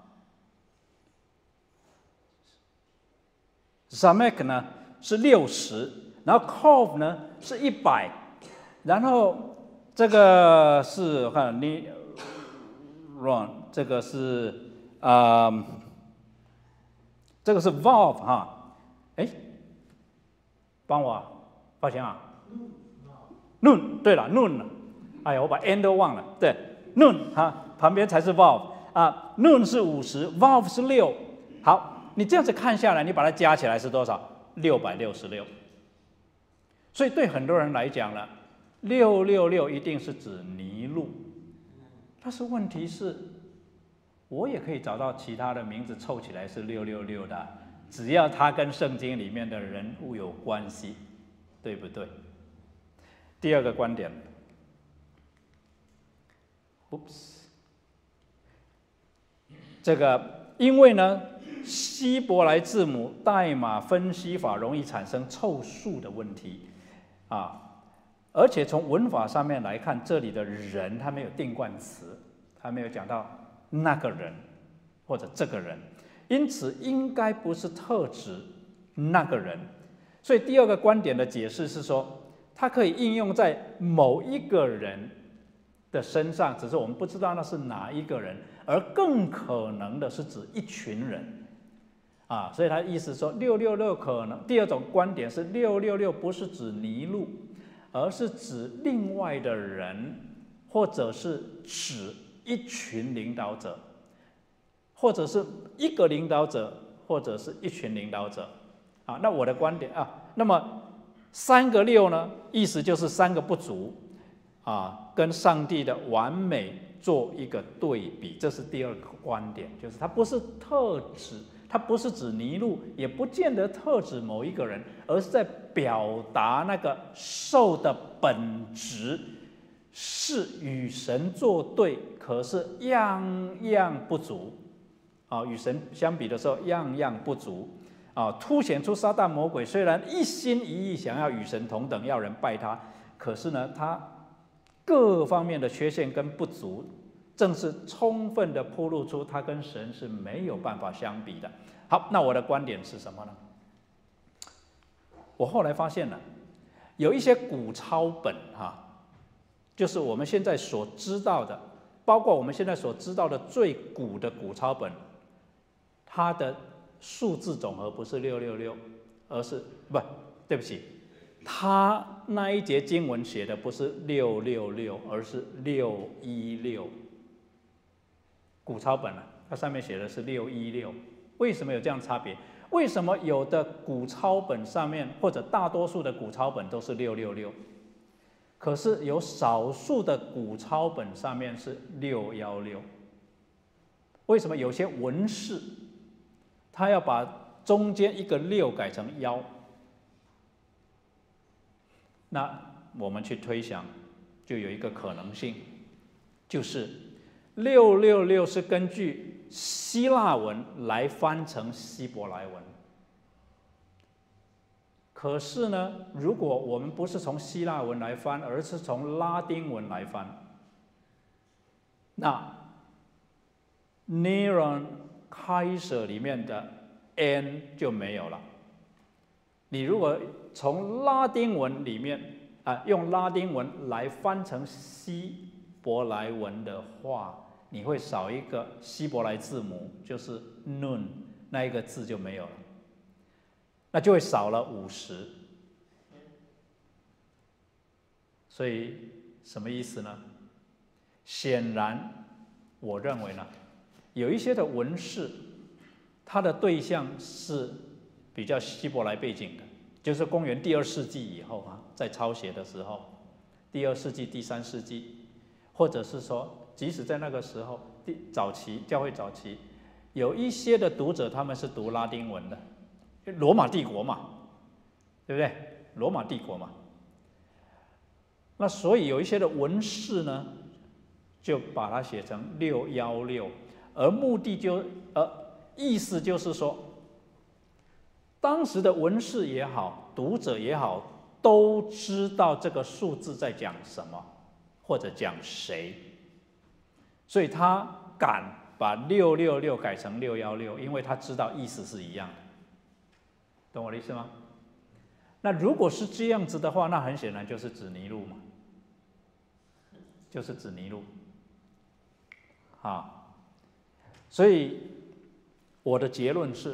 ，Zamek 呢是六十，然后 Kov 呢是一百，然后这个是我看你 run， 这个是啊、呃，这个是 valve 哈，哎，帮我抱歉啊 ，noon 对了 noon， 哎呀我把 n 都忘了，对 noon 哈，旁边才是 valve 啊 ，noon 是五十 ，valve 是六，好，你这样子看下来，你把它加起来是多少？六百六十六。所以对很多人来讲呢，六六六一定是指尼禄，但是问题是，我也可以找到其他的名字凑起来是六六六的，只要它跟圣经里面的人物有关系，对不对？第二个观点 ，oops， 这个因为呢，希伯来字母代码分析法容易产生凑数的问题。啊，而且从文法上面来看，这里的人他没有定冠词，他没有讲到那个人或者这个人，因此应该不是特指那个人。所以第二个观点的解释是说，它可以应用在某一个人的身上，只是我们不知道那是哪一个人，而更可能的是指一群人。啊，所以他意思说，六六六可能第二种观点是六六六不是指尼禄，而是指另外的人，或者是指一群领导者，或者是一个领导者，或者是一群领导者。啊，那我的观点啊，那么三个六呢，意思就是三个不足，啊，跟上帝的完美做一个对比，这是第二个观点，就是它不是特指。它不是指尼禄，也不见得特指某一个人，而是在表达那个兽的本质是与神作对，可是样样不足啊，与神相比的时候样样不足啊，凸显出撒旦魔鬼虽然一心一意想要与神同等，要人拜他，可是呢，他各方面的缺陷跟不足。正是充分的暴露出他跟神是没有办法相比的。好，那我的观点是什么呢？我后来发现了，有一些古抄本哈，就是我们现在所知道的，包括我们现在所知道的最古的古抄本，它的数字总和不是六六六，而是不，对不起，它那一节经文写的不是六六六，而是六一六。古抄本啊，它上面写的是六一六，为什么有这样的差别？为什么有的古抄本上面，或者大多数的古抄本都是六六六，可是有少数的古抄本上面是六一六？为什么有些文士他要把中间一个六改成幺？那我们去推想，就有一个可能性，就是六六六是根据希腊文来翻成希伯来文。可是呢，如果我们不是从希腊文来翻，而是从拉丁文来翻，那 Neron Kaiser 里面的 N 就没有了。你如果从拉丁文里面啊，用拉丁文来翻成希伯来文的话，你会少一个希伯来字母，就是 nun 那一个字就没有了，那就会少了五十。所以什么意思呢？显然，我认为呢，有一些的文士，他的对象是比较希伯来背景的，就是公元第二世纪以后啊，在抄写的时候，第二世纪、第三世纪，或者是说，即使在那个时候，第早期教会早期，有一些的读者他们是读拉丁文的，罗马帝国嘛，对不对？罗马帝国嘛，那所以有一些的文士呢，就把它写成六一六，而目的就呃意思就是说，当时的文士也好，读者也好，都知道这个数字在讲什么，或者讲谁，所以他敢把六六六改成六一六，因为他知道意思是一样的，懂我的意思吗？那如果是这样子的话，那很显然就是指尼禄嘛。 就是指尼禄。啊，所以我的结论是，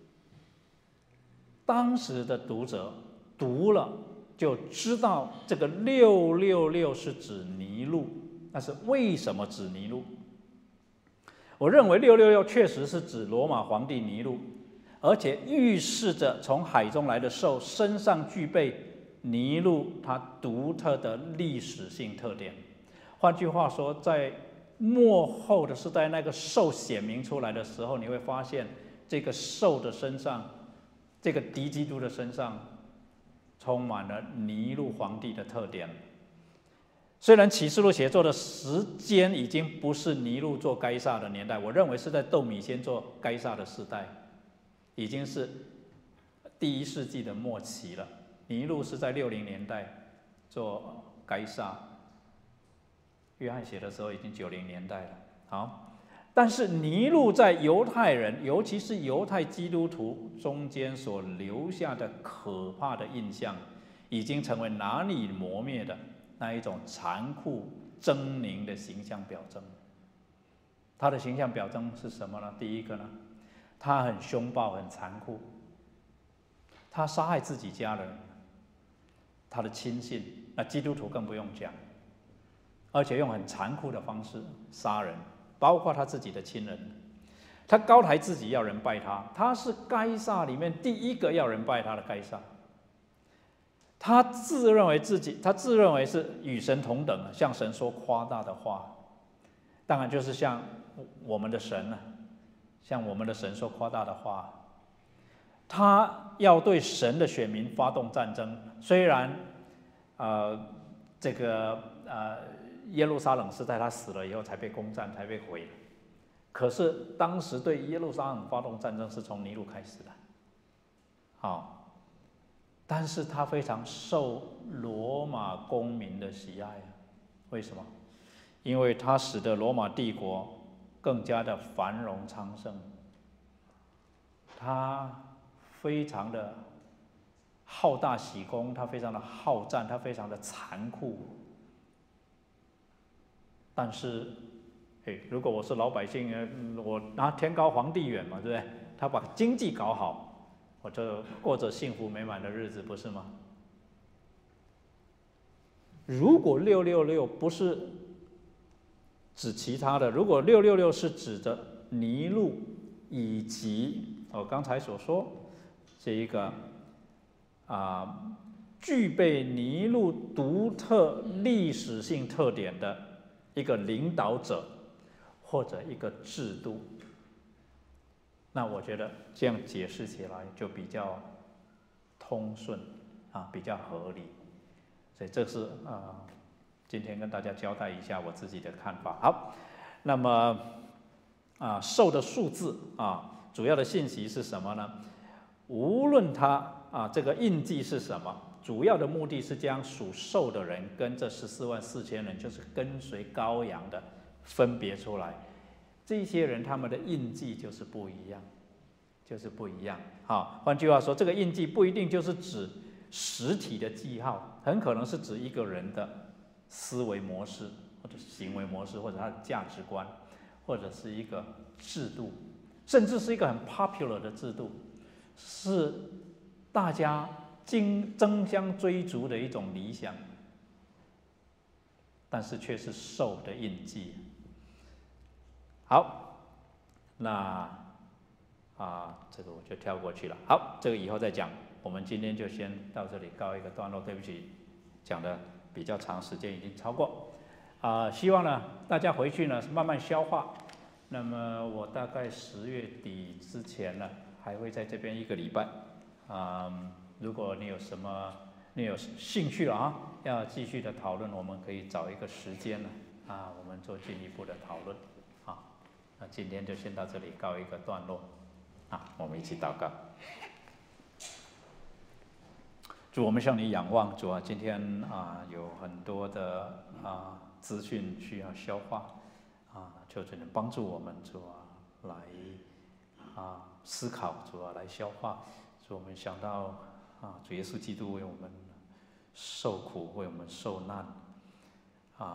当时的读者读了就知道这个六六六是指尼禄，但是为什么指尼禄？我认为六六六确实是指罗马皇帝尼禄，而且预示着从海中来的兽身上具备尼禄它独特的历史性特点。换句话说，在末后的时代，那个兽显明出来的时候，你会发现这个兽的身上，这个敌基督的身上，充满了尼禄皇帝的特点。虽然启示录写作的时间已经不是尼禄做该撒的年代，我认为是在窦米先做该撒的时代，已经是第一世纪的末期了。尼禄是在六零年代做该撒。约翰写的时候已经九零年代了，好，但是尼禄在犹太人，尤其是犹太基督徒中间所留下的可怕的印象，已经成为难以磨灭的那一种残酷狰狞的形象表征。他的形象表征是什么呢？第一个呢，他很凶暴、很残酷，他杀害自己家人，他的亲信，那基督徒更不用讲。而且用很残酷的方式杀人，包括他自己的亲人。他高抬自己要人拜他，他是该撒里面第一个要人拜他的该撒。他自认为自己，他自认为是与神同等，向神说夸大的话，当然就是像我们的神呢，向我们的神说夸大的话。他要对神的选民发动战争，虽然，呃，这个呃。耶路撒冷是在他死了以后才被攻占，才被毁的。可是当时对耶路撒冷发动战争是从尼禄开始的，好，但是他非常受罗马公民的喜爱，为什么？因为他使得罗马帝国更加的繁荣昌盛。他非常的好大喜功，他非常的好战，他非常的残酷。但是，哎，如果我是老百姓，我拿天高皇帝远嘛，对不对？他把经济搞好，我就过着幸福美满的日子，不是吗？如果六六六不是指其他的，如果六六六是指着尼禄以及我刚才所说这一个啊，具备尼禄独特历史性特点的一个领导者或者一个制度，那我觉得这样解释起来就比较通顺啊，比较合理。所以这是啊、呃，今天跟大家交代一下我自己的看法。好，那么啊，兽的数字啊，主要的信息是什么呢？无论它啊这个印记是什么，主要的目的是将属兽的人跟这十四万四千人，就是跟随羔羊的分别出来。这些人他们的印记就是不一样，就是不一样。好，换句话说，这个印记不一定就是指实体的记号，很可能是指一个人的思维模式，或者行为模式，或者他的价值观，或者是一个制度，甚至是一个很 popular 的制度，是大家竞争相追逐的一种理想，但是却是兽的印记。好，那啊，这个我就跳过去了。好，这个以后再讲。我们今天就先到这里告一个段落。对不起，讲的比较长，时间已经超过。啊，希望呢大家回去呢慢慢消化。那么我大概十月底之前呢，还会在这边一个礼拜。啊，如果你有什么你有兴趣了啊，要继续的讨论，我们可以找一个时间呢啊，我们做进一步的讨论。啊，那今天就先到这里告一个段落。啊，我们一起祷告。主，我们向你仰望，主啊，今天啊有很多的啊资讯需要消化，啊，求主能帮助我们，主啊，来啊思考，主啊来消化。主，我们想到啊，主耶稣基督为我们受苦，为我们受难，啊，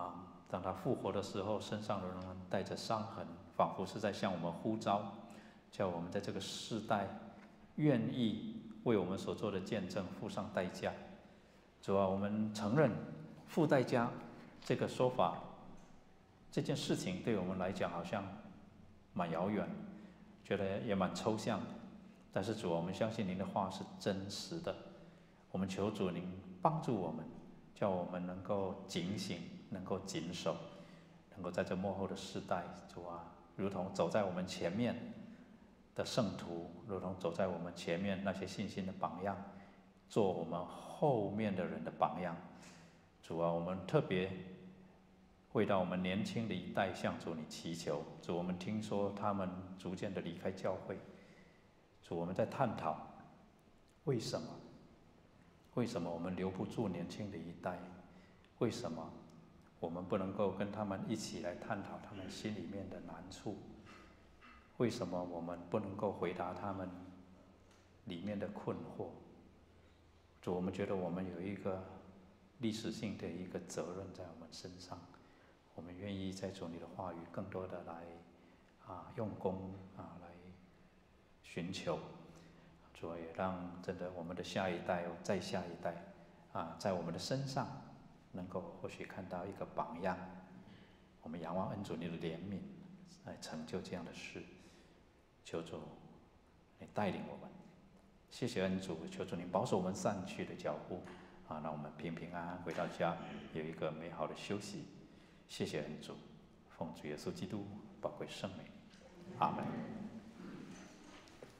当他复活的时候，身上仍然带着伤痕，仿佛是在向我们呼召，叫我们在这个世代愿意为我们所做的见证付上代价。主啊，我们承认付代价这个说法，这件事情对我们来讲好像蛮遥远，觉得也蛮抽象的。但是主啊，我们相信您的话是真实的。我们求主您帮助我们，叫我们能够警醒，能够谨守，能够在这末后的世代，主啊，如同走在我们前面的圣徒，如同走在我们前面那些信心的榜样，做我们后面的人的榜样。主啊，我们特别为到我们年轻的一代向主你祈求。主，我们听说他们逐渐的离开教会，主，我们在探讨为什么？为什么我们留不住年轻的一代？为什么我们不能够跟他们一起来探讨他们心里面的难处？为什么我们不能够回答他们里面的困惑？主，我们觉得我们有一个历史性的一个责任在我们身上，我们愿意在主你的话语更多的来啊用功啊来寻求。主也让真的我们的下一代再下一代啊，在我们的身上能够或许看到一个榜样。我们仰望恩主你的怜悯，来成就这样的事。求主你带领我们，谢谢恩主，求主你保守我们散去的脚步啊，让我们平平安安回到家，有一个美好的休息。谢谢恩主，奉主耶稣基督宝贵圣名，阿门。